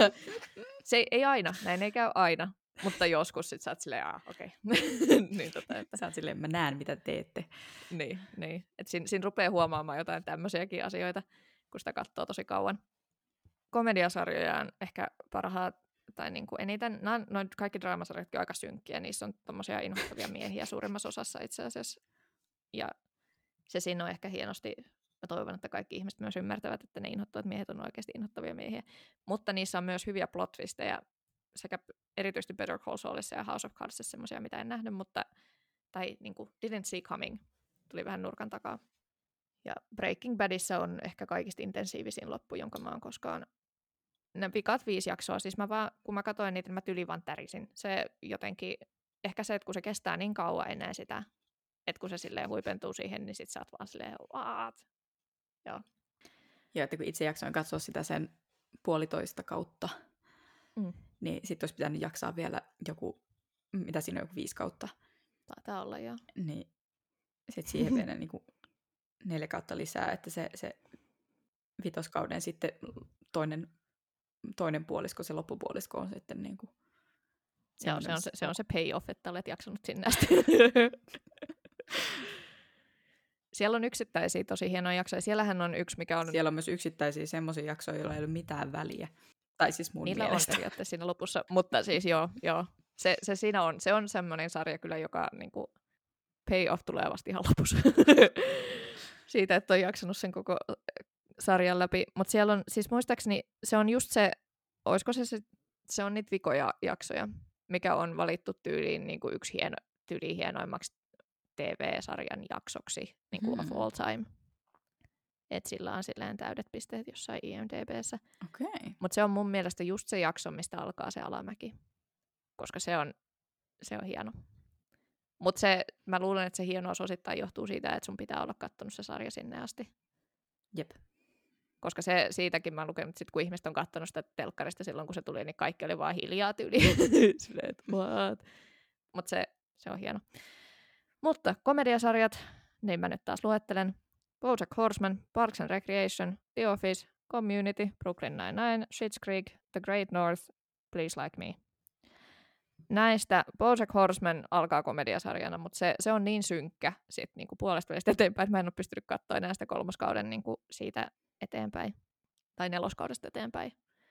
se ei aina, näin ei käy aina. Mutta joskus sit sä oot silleen, okei. Niin, sä oot silleen, mä näen mitä teette. Niin. Että siinä rupeaa huomaamaan jotain tämmöisiäkin asioita, kun sitä katsoo tosi kauan. Komediasarjoja on ehkä parhaat, tai niin kuin eniten, noin kaikki draamasarjatkin on aika synkkiä, niissä on tommosia inhottavia miehiä suurimmassa osassa itse asiassa. Ja se siinä on ehkä hienosti, mä toivon, että kaikki ihmiset myös ymmärtävät, että ne inhottavat miehet on oikeasti inhottavia miehiä. Mutta niissä on myös hyviä plot-twistejä, sekä erityisesti Better Call Saulissa ja House of Cardsissa semmoisia, mitä en nähnyt, tai niin kuin didn't see coming, tuli vähän nurkan takaa. Ja Breaking Badissa on ehkä kaikista intensiivisin loppu, jonka mä oon koskaan. Ne pikat 5 jaksoa, siis kun mä katsoin niitä, niin mä tyli vaan tärisin. Se jotenkin, ehkä se, että kun se kestää niin kauan ennen sitä, että kun se silleen huipentuu siihen, niin sit sä oot vaan silleen, what? Joo. Ja että kun itse jaksoin katsoa sitä sen 1,5 kautta, niin sit olisi pitänyt jaksaa vielä joku, mitä siinä on, joku 5 kautta. Taitaa olla, joo. Niin sit siihen vielä niinku 4 kautta lisää, että se 5. kauden sitten toinen puolisko, se loppupuolisko on sitten niinku... Joo, se on se payoff, että olet jaksanut sinne asti. Siellä on yksittäisiä tosi hienoja jaksoja. Siellähän on yksi, mikä on... Siellä on myös yksittäisiä semmoisia jaksoja, joilla ei ole mitään väliä. Tai siis mun niillä mielestä. on periaatteessa siinä lopussa, mutta siis joo. Se siinä on. Se on semmoinen sarja kyllä, joka niinku, payoff tulee vasta ihan lopussa. Siitä, että on jaksanut sen koko sarjan läpi. Mutta siellä on, siis muistaakseni, se on just se, olisiko se on niitä vikoja jaksoja, mikä on valittu tyyliin niinku yksi hienoimmaksi TV-sarjan jaksoksi niinku of all time. Että sillä on silleen täydet pisteet jossain IMDb:ssä. Okei. Mutta se on mun mielestä just se jakso, mistä alkaa se alamäki. Koska se on hieno. Mutta mä luulen, että se hienous osittain johtuu siitä, että sun pitää olla kattonut se sarja sinne asti. Jep. Koska siitäkin mä oon lukenut, sit, kun ihmiset on kattonut sitä telkkarista silloin, kun se tuli, niin kaikki oli vaan hiljaa tyyli. Silleen, että what? Mutta se on hieno. Mutta komediasarjat, niin mä nyt taas luettelen. BoJack Horseman, Parks and Recreation, The Office, Community, Brooklyn Nine-Nine, Schitt's Creek, The Great North, Please Like Me. Näistä BoJack Horseman alkaa komediasarjana, mutta se on niin synkkä sit niinku puolesta välistä eteenpäin, että mä en ole pystynyt katsoa enää sitä 3. kauden niinku siitä eteenpäin. Tai 4. kaudesta eteenpäin.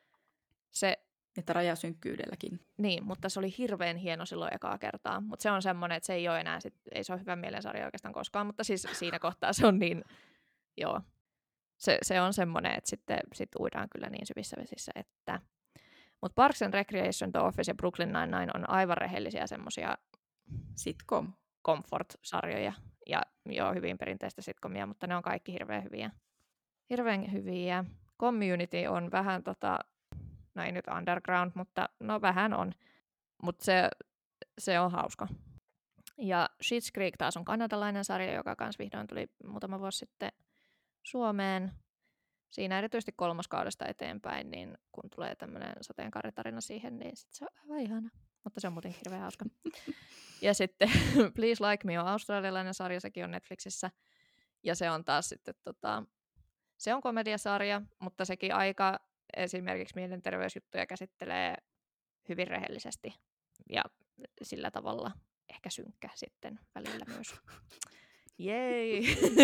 Että rajasynkkyydelläkin. Niin, mutta se oli hirveän hieno silloin ekaa kertaa. Mutta se on semmoinen, että se ei ole enää, ei se ole hyvän mielen sarja oikeastaan koskaan, mutta siis siinä kohtaa se on niin, joo. Se on semmoinen, että sitten uidaan kyllä niin syvissä vesissä, että... Mutta Parks and Recreation, The Office ja Brooklyn Nine-Nine on aivan rehellisiä semmoisia sitcom comfort-sarjoja. Ja joo, hyvin perinteistä sitcomia, mutta ne on kaikki hirveän hyviä. Hirveän hyviä. Community on vähän no ei nyt underground, mutta no vähän on. Mutta se on hauska. Ja Schitt's Creek taas on kanadalainen sarja, joka kans vihdoin tuli muutama vuosi sitten Suomeen. Siinä erityisesti 3. kaudesta eteenpäin, niin kun tulee tämmöinen sateenkaaritarina siihen, niin sit se on aivan ihana. Mutta se on muuten hirveän hauska. Ja sitten Please Like Me on australialainen sarja, sekin on Netflixissä. Ja se on taas sitten, se on komediasarja, mutta sekin aika esimerkiksi mielenterveysjuttuja käsittelee hyvin rehellisesti. Ja sillä tavalla ehkä synkkä sitten välillä myös. Jei!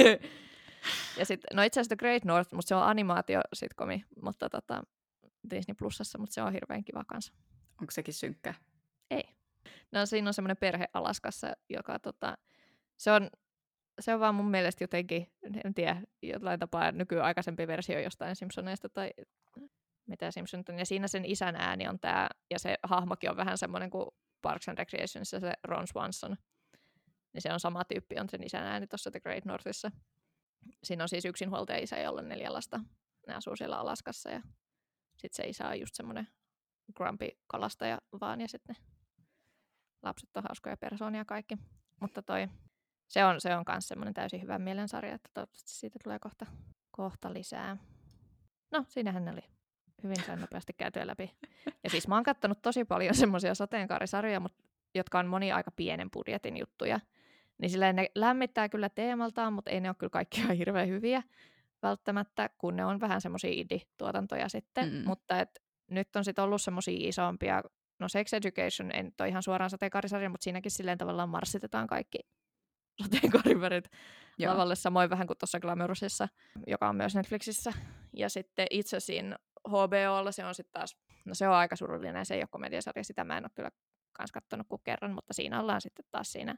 Ja sitten, no itse asiassa The Great North, mutta se on animaatio-sitcomi, mutta Disney Plusassa, mutta se on hirveän kiva kanssa. Onko sekin synkkä? Ei. No siinä on semmoinen perhe Alaskassa, joka se on vaan mun mielestä jotenkin, en tiedä, jollain tapaa nykyaikaisempi versio jostain Simpsoneista tai mitä Simpsonit on. Ja siinä sen isän ääni on tää, ja se hahmokin on vähän semmoinen kuin Parks and Recreationissa se Ron Swanson. Niin se on sama tyyppi, on sen isän ääni tuossa The Great Northissa. Siinä on siis yksinhuoltaja isä, jolla on 4 lasta. Ne asuu siellä Alaskassa ja sitten se isä on just semmoinen grumpy kalastaja vaan ja sitten ne lapset on hauskoja persoonia kaikki. Mutta se on kans semmoinen täysin hyvän mielen sarja, että toivottavasti siitä tulee kohta lisää. No, siinähän ne oli hyvin sain nopeasti käytyä läpi. Ja siis mä oon kattonut tosi paljon semmoisia sateenkaarisarjoja, jotka on moni aika pienen budjetin juttuja. Niin silleen ne lämmittää kyllä teemaltaan, mutta ei ne ole kyllä kaikki ihan hirveän hyviä välttämättä, kun ne on vähän semmoisia indie-tuotantoja sitten. Mutta nyt on sitten ollut semmoisia isompia, no Sex Education, ei nyt ole ihan suoraan sateenkaarisarja, mutta siinäkin silleen tavallaan marssitetaan kaikki sateenkaarivärit lavalle, samoin vähän kuin tuossa Glamourosissa, joka on myös Netflixissä. Ja sitten itse siinä HBOlla se on sitten taas, no se on aika surullinen, se ei ole komediasarja, sitä mä en ole kyllä kans kattonut kuin kerran, mutta siinä ollaan sitten taas siinä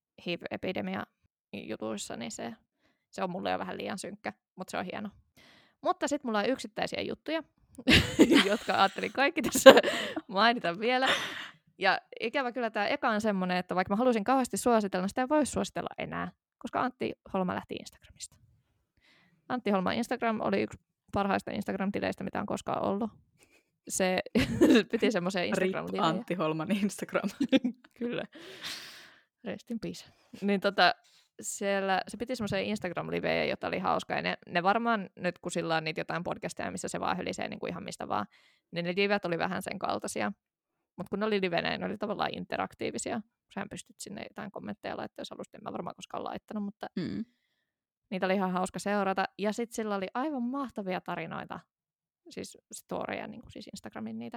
HIV-epidemia-jutuissa, niin se on mulle jo vähän liian synkkä, mutta se on hieno. Mutta sitten mulla on yksittäisiä juttuja, jotka ajattelin kaikki tässä mainita vielä. Ja ikävä kyllä tämä eka on semmoinen, että vaikka mä haluaisin kauheasti suositella, niin sitä ei voi suositella enää, koska Antti Holma lähti Instagramista. Antti Holma Instagram oli yksi parhaista Instagram-tileistä, mitä on koskaan ollut. Se piti semmoisen Instagram-livejä. Rip Antti Holman Instagram. Kyllä. Rest in peace. Niin siellä se piti semmoisia Instagram-livejä, jota oli hauska. Ja ne varmaan nyt, kun sillä on niitä jotain podcasteja, missä se vaan hölisee niin kuin ihan mistä vaan, niin ne livet oli vähän sen kaltaisia. Mutta kun ne oli livenä, ne oli tavallaan interaktiivisia. Sähän pystyt sinne jotain kommentteja laittaa, jos halusit. En mä varmaan koskaan laittanut, mutta niitä oli ihan hauska seurata. Ja sitten sillä oli aivan mahtavia tarinoita, siis storeja, niin kuin siis Instagramin niitä.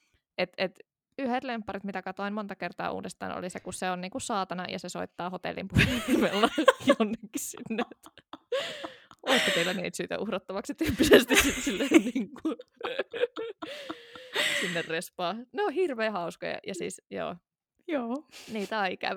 Yhdet lempparit, mitä katoin monta kertaa uudestaan, oli se, kun se on niinku saatana ja se soittaa hotellin puhelimella jonnekin sinne. Olisiko teillä neitsyitä uhrattavaksi tyyppisesti silleen niinku sinne respaa. Ne on hirveän hauskoja ja siis joo, Joo. Niitä on ikävä.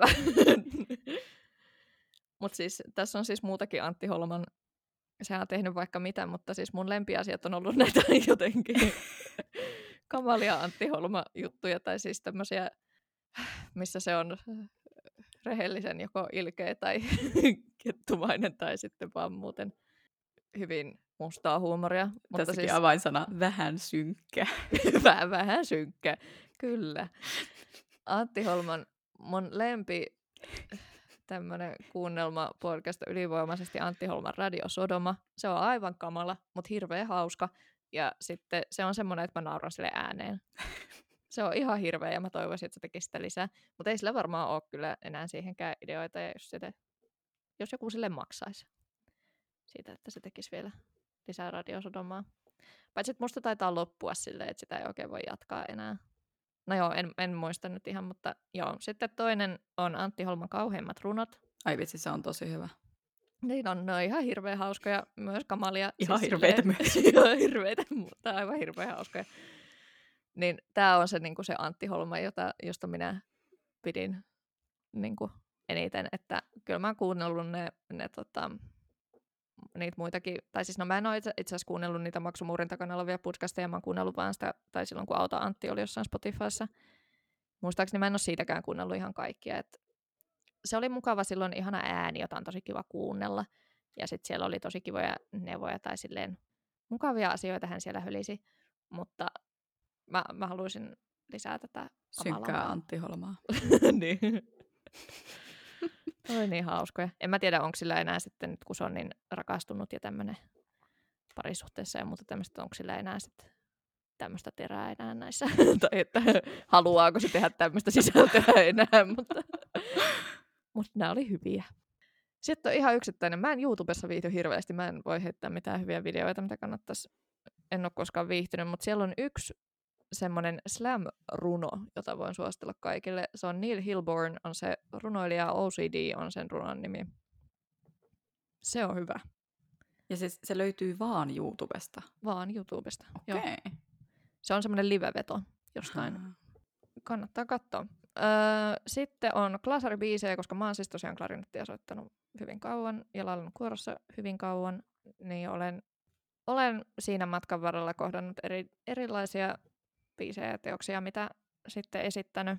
Mutta siis tässä on siis muutakin Antti Holman. Sehän on tehnyt vaikka mitä, mutta siis mun lempiasiat on ollut näitä jotenkin kamalia Antti Holma-juttuja. Tai siis tämmöisiä, missä se on rehellisen joko ilkeä tai kettumainen tai sitten vaan muuten hyvin mustaa huumoria. Mutta Tässäkin siis avainsana vähän synkkä. vähän synkkä, kyllä. Antti Holman, mun lempi tämmönen kuunnelma podcast ylivoimaisesti Antti Holman Radio Sodoma. Se on aivan kamala, mutta hirveän hauska. Ja sitten se on semmoinen, että mä nauran sille ääneen. Se on ihan hirveä ja mä toivoisin, että se tekisi sitä lisää. Mutta ei sillä varmaan ole kyllä enää siihenkään ideoita, ja jos joku sille maksaisi siitä, että se tekisi vielä lisää radiosodomaa. Paitsi että musta taitaa loppua silleen, että sitä ei oikein voi jatkaa enää. No joo, en muista nyt ihan, mutta joo. Sitten toinen on Antti Holman kauheimmat runot. Ai vitsi, se on tosi hyvä. Niin on, ne on ihan hirveän hauskoja, myös kamalia. Ihan siis hirveitä silleen, myös. Ihan hirveitä, mutta aivan hirveän hauskoja. Niin tää on se, niinku se Antti Holma, josta minä pidin niinku eniten. Että kyllä mä oon kuunnellut niitä muitakin. Tai siis no mä en ole itse asiassa kuunnellut niitä Maksumuurin takana olevia podcasteja. Mä oon kuunnellut vaan sitä, tai silloin kun Auta Antti oli jossain Spotifyssa. Muistaakseni mä en ole siitäkään kuunnellut ihan kaikkia. Et se oli mukava silloin, ihana ääni, jota on tosi kiva kuunnella. Ja sitten siellä oli tosi kivoja neuvoja tai silleen mukavia asioita hän siellä hölisi. Mutta mä haluaisin lisää tätä Synkkää Antti Holmaa. niin. Oli niin hauskoja. En mä tiedä, onko sillä enää sitten, nyt kun se on niin rakastunut ja tämmöinen parisuhteessa ja muuta tämmöistä, onko sillä enää sitten tämmöistä terää enää näissä. Tai että haluaako se tehdä tämmöistä sisältöä enää, mutta nämä oli hyviä. Sitten on ihan yksittäinen. Mä en YouTubessa viihdy hirveästi. Mä en voi heittää mitään hyviä videoita, mitä kannattaisi. En ole koskaan viihtynyt, mutta siellä on yksi semmoinen slam-runo, jota voin suositella kaikille. Se on Neil Hilborn, on se runoilija, OCD on sen runon nimi. Se on hyvä. Ja se löytyy vaan YouTubesta. Vaan YouTubesta. Okei. Okay. Se on semmoinen live-veto jostain. Kannattaa katsoa. Sitten on klasaribiisejä, koska mä oon siis tosiaan klarinettia soittanut hyvin kauan ja laulanut kuorossa hyvin kauan, niin olen siinä matkan varrella kohdannut erilaisia biisejä ja teoksia, mitä sitten esittänyt.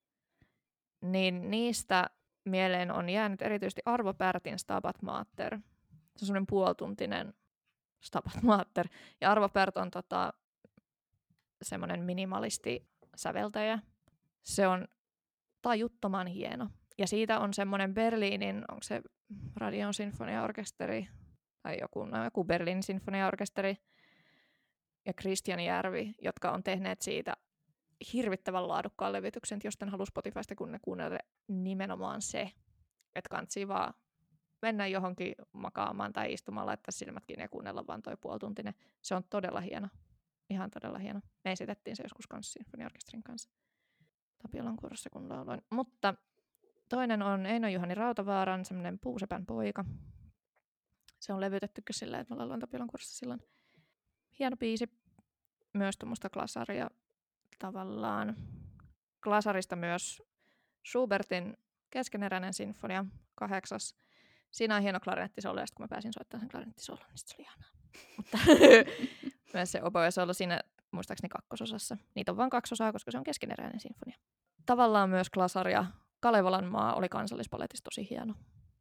Niin niistä mieleen on jäänyt erityisesti Arvo Pärtin Stabat Mater. Se on semmoinen puolituntinen Stabat Mater. Ja Arvo Pärt on semmoinen minimalisti-säveltäjä. Se on tajuttoman hieno. Ja siitä on semmoinen Berliinin, onko se Radion sinfoniaorkesteri tai joku Berliinin sinfoniaorkesteri ja Christian Järvi, jotka on tehneet siitä hirvittävän laadukkaan levytyksen, jos tämän haluaa Spotifysta kuunnella nimenomaan se, että kantsii vaan mennä johonkin makaamaan tai istumaan, laittaa silmätkin ja kuunnella vaan toi puolituntinen. Se on todella hieno. Ihan todella hieno. Me esitettiin se joskus kanssa sinfoniaorkesterin kanssa. Tapiolan kuorossa kun lauloin. Mutta toinen on Eino Juhani Rautavaaran, semmoinen Puusepän poika. Se on levytettykö sillä, että mä lauloin Tapiolan kuorossa silloin. Hieno biisi. Myös tuommoista glasaria tavallaan. Glasarista myös Schubertin Keskeneräinen sinfonia, 8. Siinä on hieno klarinettisolo, ja kun mä pääsin soittamaan sen klarinettisoloon, niin se oli ihanaa. Mutta myös se oboe-solo siinä, muistaakseni 2. Niitä on vain 2 osaa, koska se on keskeneräinen sinfonia. Tavallaan myös glasaria. Kalevalan maa oli Kansallispaletissa tosi hieno.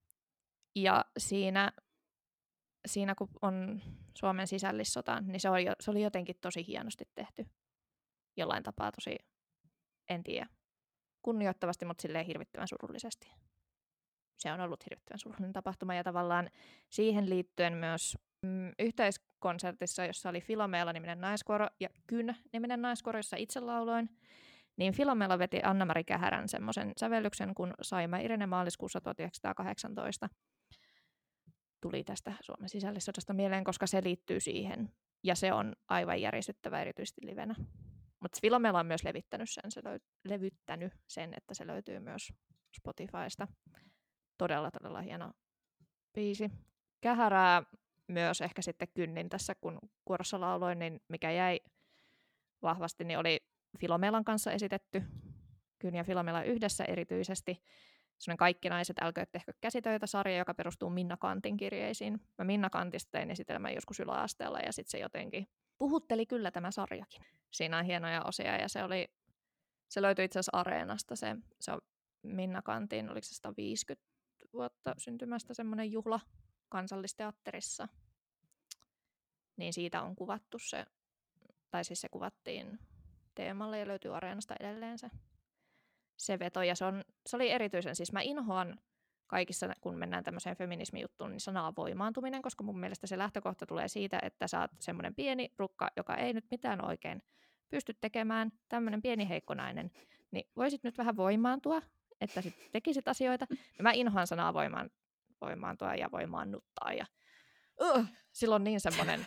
Ja siinä kun on Suomen sisällissota, niin se oli jotenkin tosi hienosti tehty. Jollain tapaa tosi, en tiedä, kunnioittavasti, mutta silleen hirvittävän surullisesti. Se on ollut hirvittävän surullinen tapahtuma ja tavallaan siihen liittyen myös yhteiskonsertissa, jossa oli Filomeela-niminen naiskuoro ja Kyn-niminen naiskuoro, jossa itse lauloin, niin Filomeela veti Anna-Mari Kähärän semmoisen sävellyksen, kun saimme Irene maaliskuussa 1918. Tuli tästä Suomen sisällissodasta mieleen, koska se liittyy siihen. Ja se on aivan järisyttävä erityisesti livenä. Mutta Filomeela on myös levyttänyt sen, että se löytyy myös Spotifysta. Todella, todella hieno biisi. Kähärää myös ehkä sitten kynnin tässä, kun kuorossa lauloin, niin mikä jäi vahvasti, niin oli Filomeelan kanssa esitetty Kyyn ja Filomela yhdessä erityisesti. Sellainen Kaikki naiset, älkööt tehkö käsitöitä -sarja, joka perustuu Minna Kantin kirjeisiin. Mä Minna Kantista tein esitelmän joskus yläasteella ja sitten se jotenkin puhutteli kyllä tämä sarjakin. Siinä on hienoja osia ja se löytyi itse asiassa Areenasta. Se on Minna Kantin, oliko se 150 vuotta syntymästä semmoinen juhla Kansallisteatterissa. Niin siitä on kuvattu se, tai siis se kuvattiin teemalle ja löytyy Areenasta edelleen se veto. Ja se oli erityisen, siis mä inhoan kaikissa, kun mennään tämmöiseen feminismijuttuun, niin sanaa voimaantuminen, koska mun mielestä se lähtökohta tulee siitä, että sä oot semmoinen pieni rukka, joka ei nyt mitään oikein pysty tekemään, tämmöinen pieni heikko nainen, niin voisit nyt vähän voimaantua, että sit tekisit asioita. Ja mä inhoan sanaa voimaantua ja voimaannuttaa. Ja silloin niin semmoinen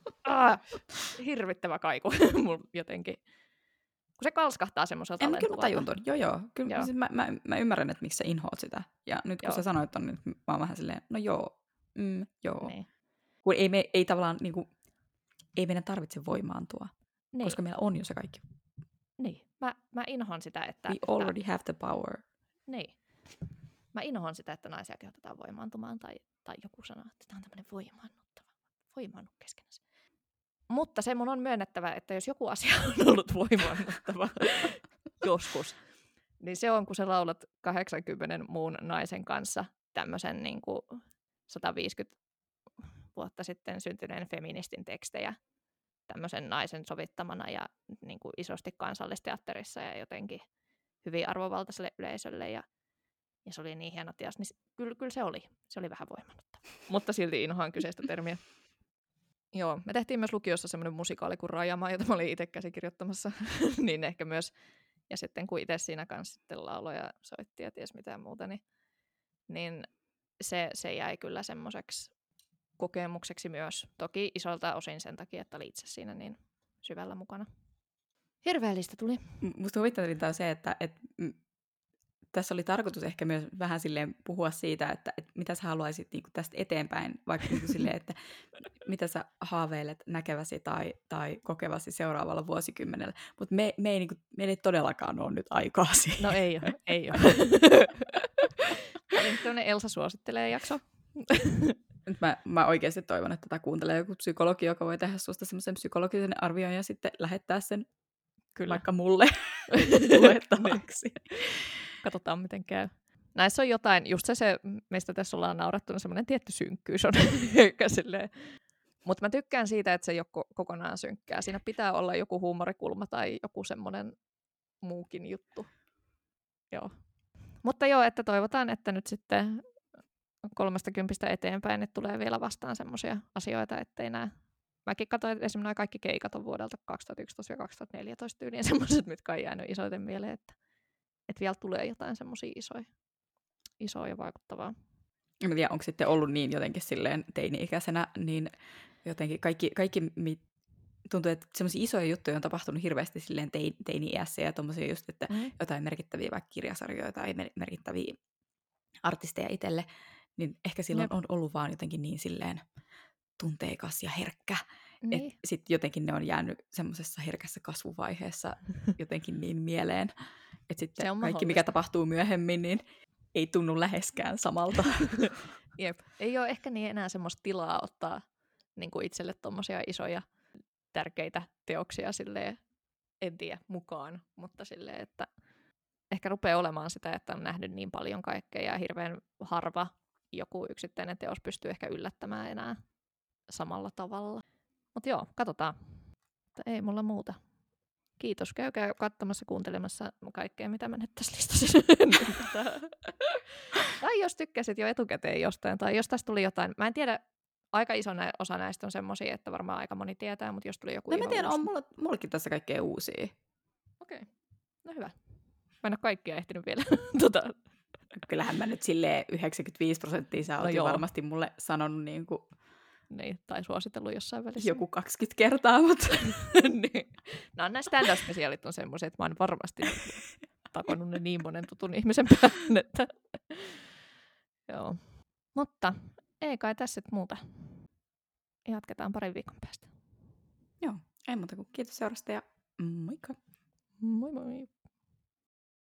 hirvittävä kaiku mun jotenkin. Kun se kalskahtaa semmoiselta Kyllä mä tajun ton. Joo. Kyllä, joo. siis mä ymmärrän, että miksi sä inhoat sitä. Ja nyt kun sä sanoit ton, niin mä oon vähän silleen, no joo. Niin. Kun ei tavallaan, niinku, ei meidän tarvitse voimaantua. Niin. Koska meillä on jo se kaikki. Niin. Mä inhoan sitä, että... We already have the power. Niin. Mä inhoan sitä, että naisia kehotetaan voimaantumaan tai joku sanoo, että tämä on tämmöinen voimaannut keskenänsä. Mutta se mun on myönnettävä, että jos joku asia on ollut voimaannuttava joskus, niin se on, kun sä laulat 80 muun naisen kanssa tämmöisen niin kuin 150 vuotta sitten syntyneen feministin tekstejä tämmöisen naisen sovittamana ja niin kuin isosti Kansallisteatterissa ja jotenkin hyvin arvovaltaiselle yleisölle. Ja se oli niin hieno teos, niin kyllä se oli vähän voimaannuttava. Mutta silti inhoan kyseistä termiä. Joo, me tehtiin myös lukiossa semmoinen musikaali kuin Rajamaa, jota mä olin itse käsikirjoittamassa, niin ehkä myös, ja sitten kun itse siinä kanssa sitten lauloi ja soitti ja ties mitään muuta, niin se jäi kyllä semmoiseksi kokemukseksi myös. Toki isolta osin sen takia, että oli itse siinä niin syvällä mukana. Hirveä lista tuli. Musta huvittavinta on se, että tässä oli tarkoitus ehkä myös vähän silleen puhua siitä, että mitä sä haluaisit niinku tästä eteenpäin, vaikka niinku silleen, että mitä sä haaveilet näkeväsi tai kokevasi seuraavalla vuosikymmenellä. Mutta meillä ei todellakaan ole nyt aikaa siihen. No ei ole. Eli tämmöinen Elsa suosittelee jakso. Nyt mä oikeasti toivon, että tätä kuuntelee joku psykologi, joka voi tehdä susta semmoisen psykologisen arvion ja sitten lähettää sen Kyllä. vaikka mulle luettavaksi. Katsotaan, miten käy. Näissä on jotain, just se, mistä tässä ollaan naurattu, on semmoinen tietty synkkyys on. Mutta mä tykkään siitä, että se ei ole kokonaan synkkää. Siinä pitää olla joku huumorikulma tai joku semmoinen muukin juttu. Joo. Mutta joo, että toivotaan, että nyt sitten 30 eteenpäin, että tulee vielä vastaan semmoisia asioita, ettei nää... Mäkin katsoin, että esimerkiksi kaikki keikat on vuodelta 2011 ja 2014 tyyliin semmoiset, mitkä on jäänyt isoiten mieleen, että vielä tulee jotain semmoisia isoja ja vaikuttavaa. En tiedä, onko sitten ollut niin jotenkin silleen teini-ikäisenä, niin jotenkin kaikki tuntuu, että semmoisia isoja juttuja on tapahtunut hirveästi silleen teini-iässä ja tommosia just, että jotain merkittäviä vaikka kirjasarjoja tai merkittäviä artisteja itselle, niin ehkä silloin on ollut vaan jotenkin niin silleen tunteikas ja herkkä, Niin. että sitten jotenkin ne on jäänyt semmoisessa herkässä kasvuvaiheessa jotenkin niin mieleen, että sitten kaikki mikä tapahtuu myöhemmin, niin ei tunnu läheskään samalta. Jep. Ei ole ehkä niin enää semmoista tilaa ottaa niin kuin itselle tommosia isoja tärkeitä teoksia silleen, en tiedä, mukaan, mutta silleen, että ehkä rupeaa olemaan sitä, että on nähnyt niin paljon kaikkea ja hirveän harva joku yksittäinen teos pystyy ehkä yllättämään enää samalla tavalla. Mutta joo, katsotaan. Mutta ei mulla muuta. Kiitos. Käykää katsomassa, kuuntelemassa kaikkea, mitä mä nyt tässä listasin. Tai jos tykkäsit jo etukäteen jostain, tai jos tässä tuli jotain, mä en tiedä, aika iso osa näistä on semmosia, että varmaan aika moni tietää, mutta jos tuli joku No mä tiedän, on mullakin tässä kaikkea uusia. Okei. No hyvä. Mä en ole kaikkia ehtinyt vielä. Kyllähän mä nyt silleen 95% sä oot jo varmasti mulle sanonut niinku... Niin, tai suositellut jossain välissä. Joku 20 kertaa, mutta... niin. No nämä stand-up-spesiaalit on semmoiset, että mä oon varmasti takonut ne niin monen tutun ihmisen päälle, että... Joo. Mutta ei kai tässä muuta. Jatketaan parin viikon päästä. Joo, ei muuta kuin kiitos seurasta ja moikka! Moi moi!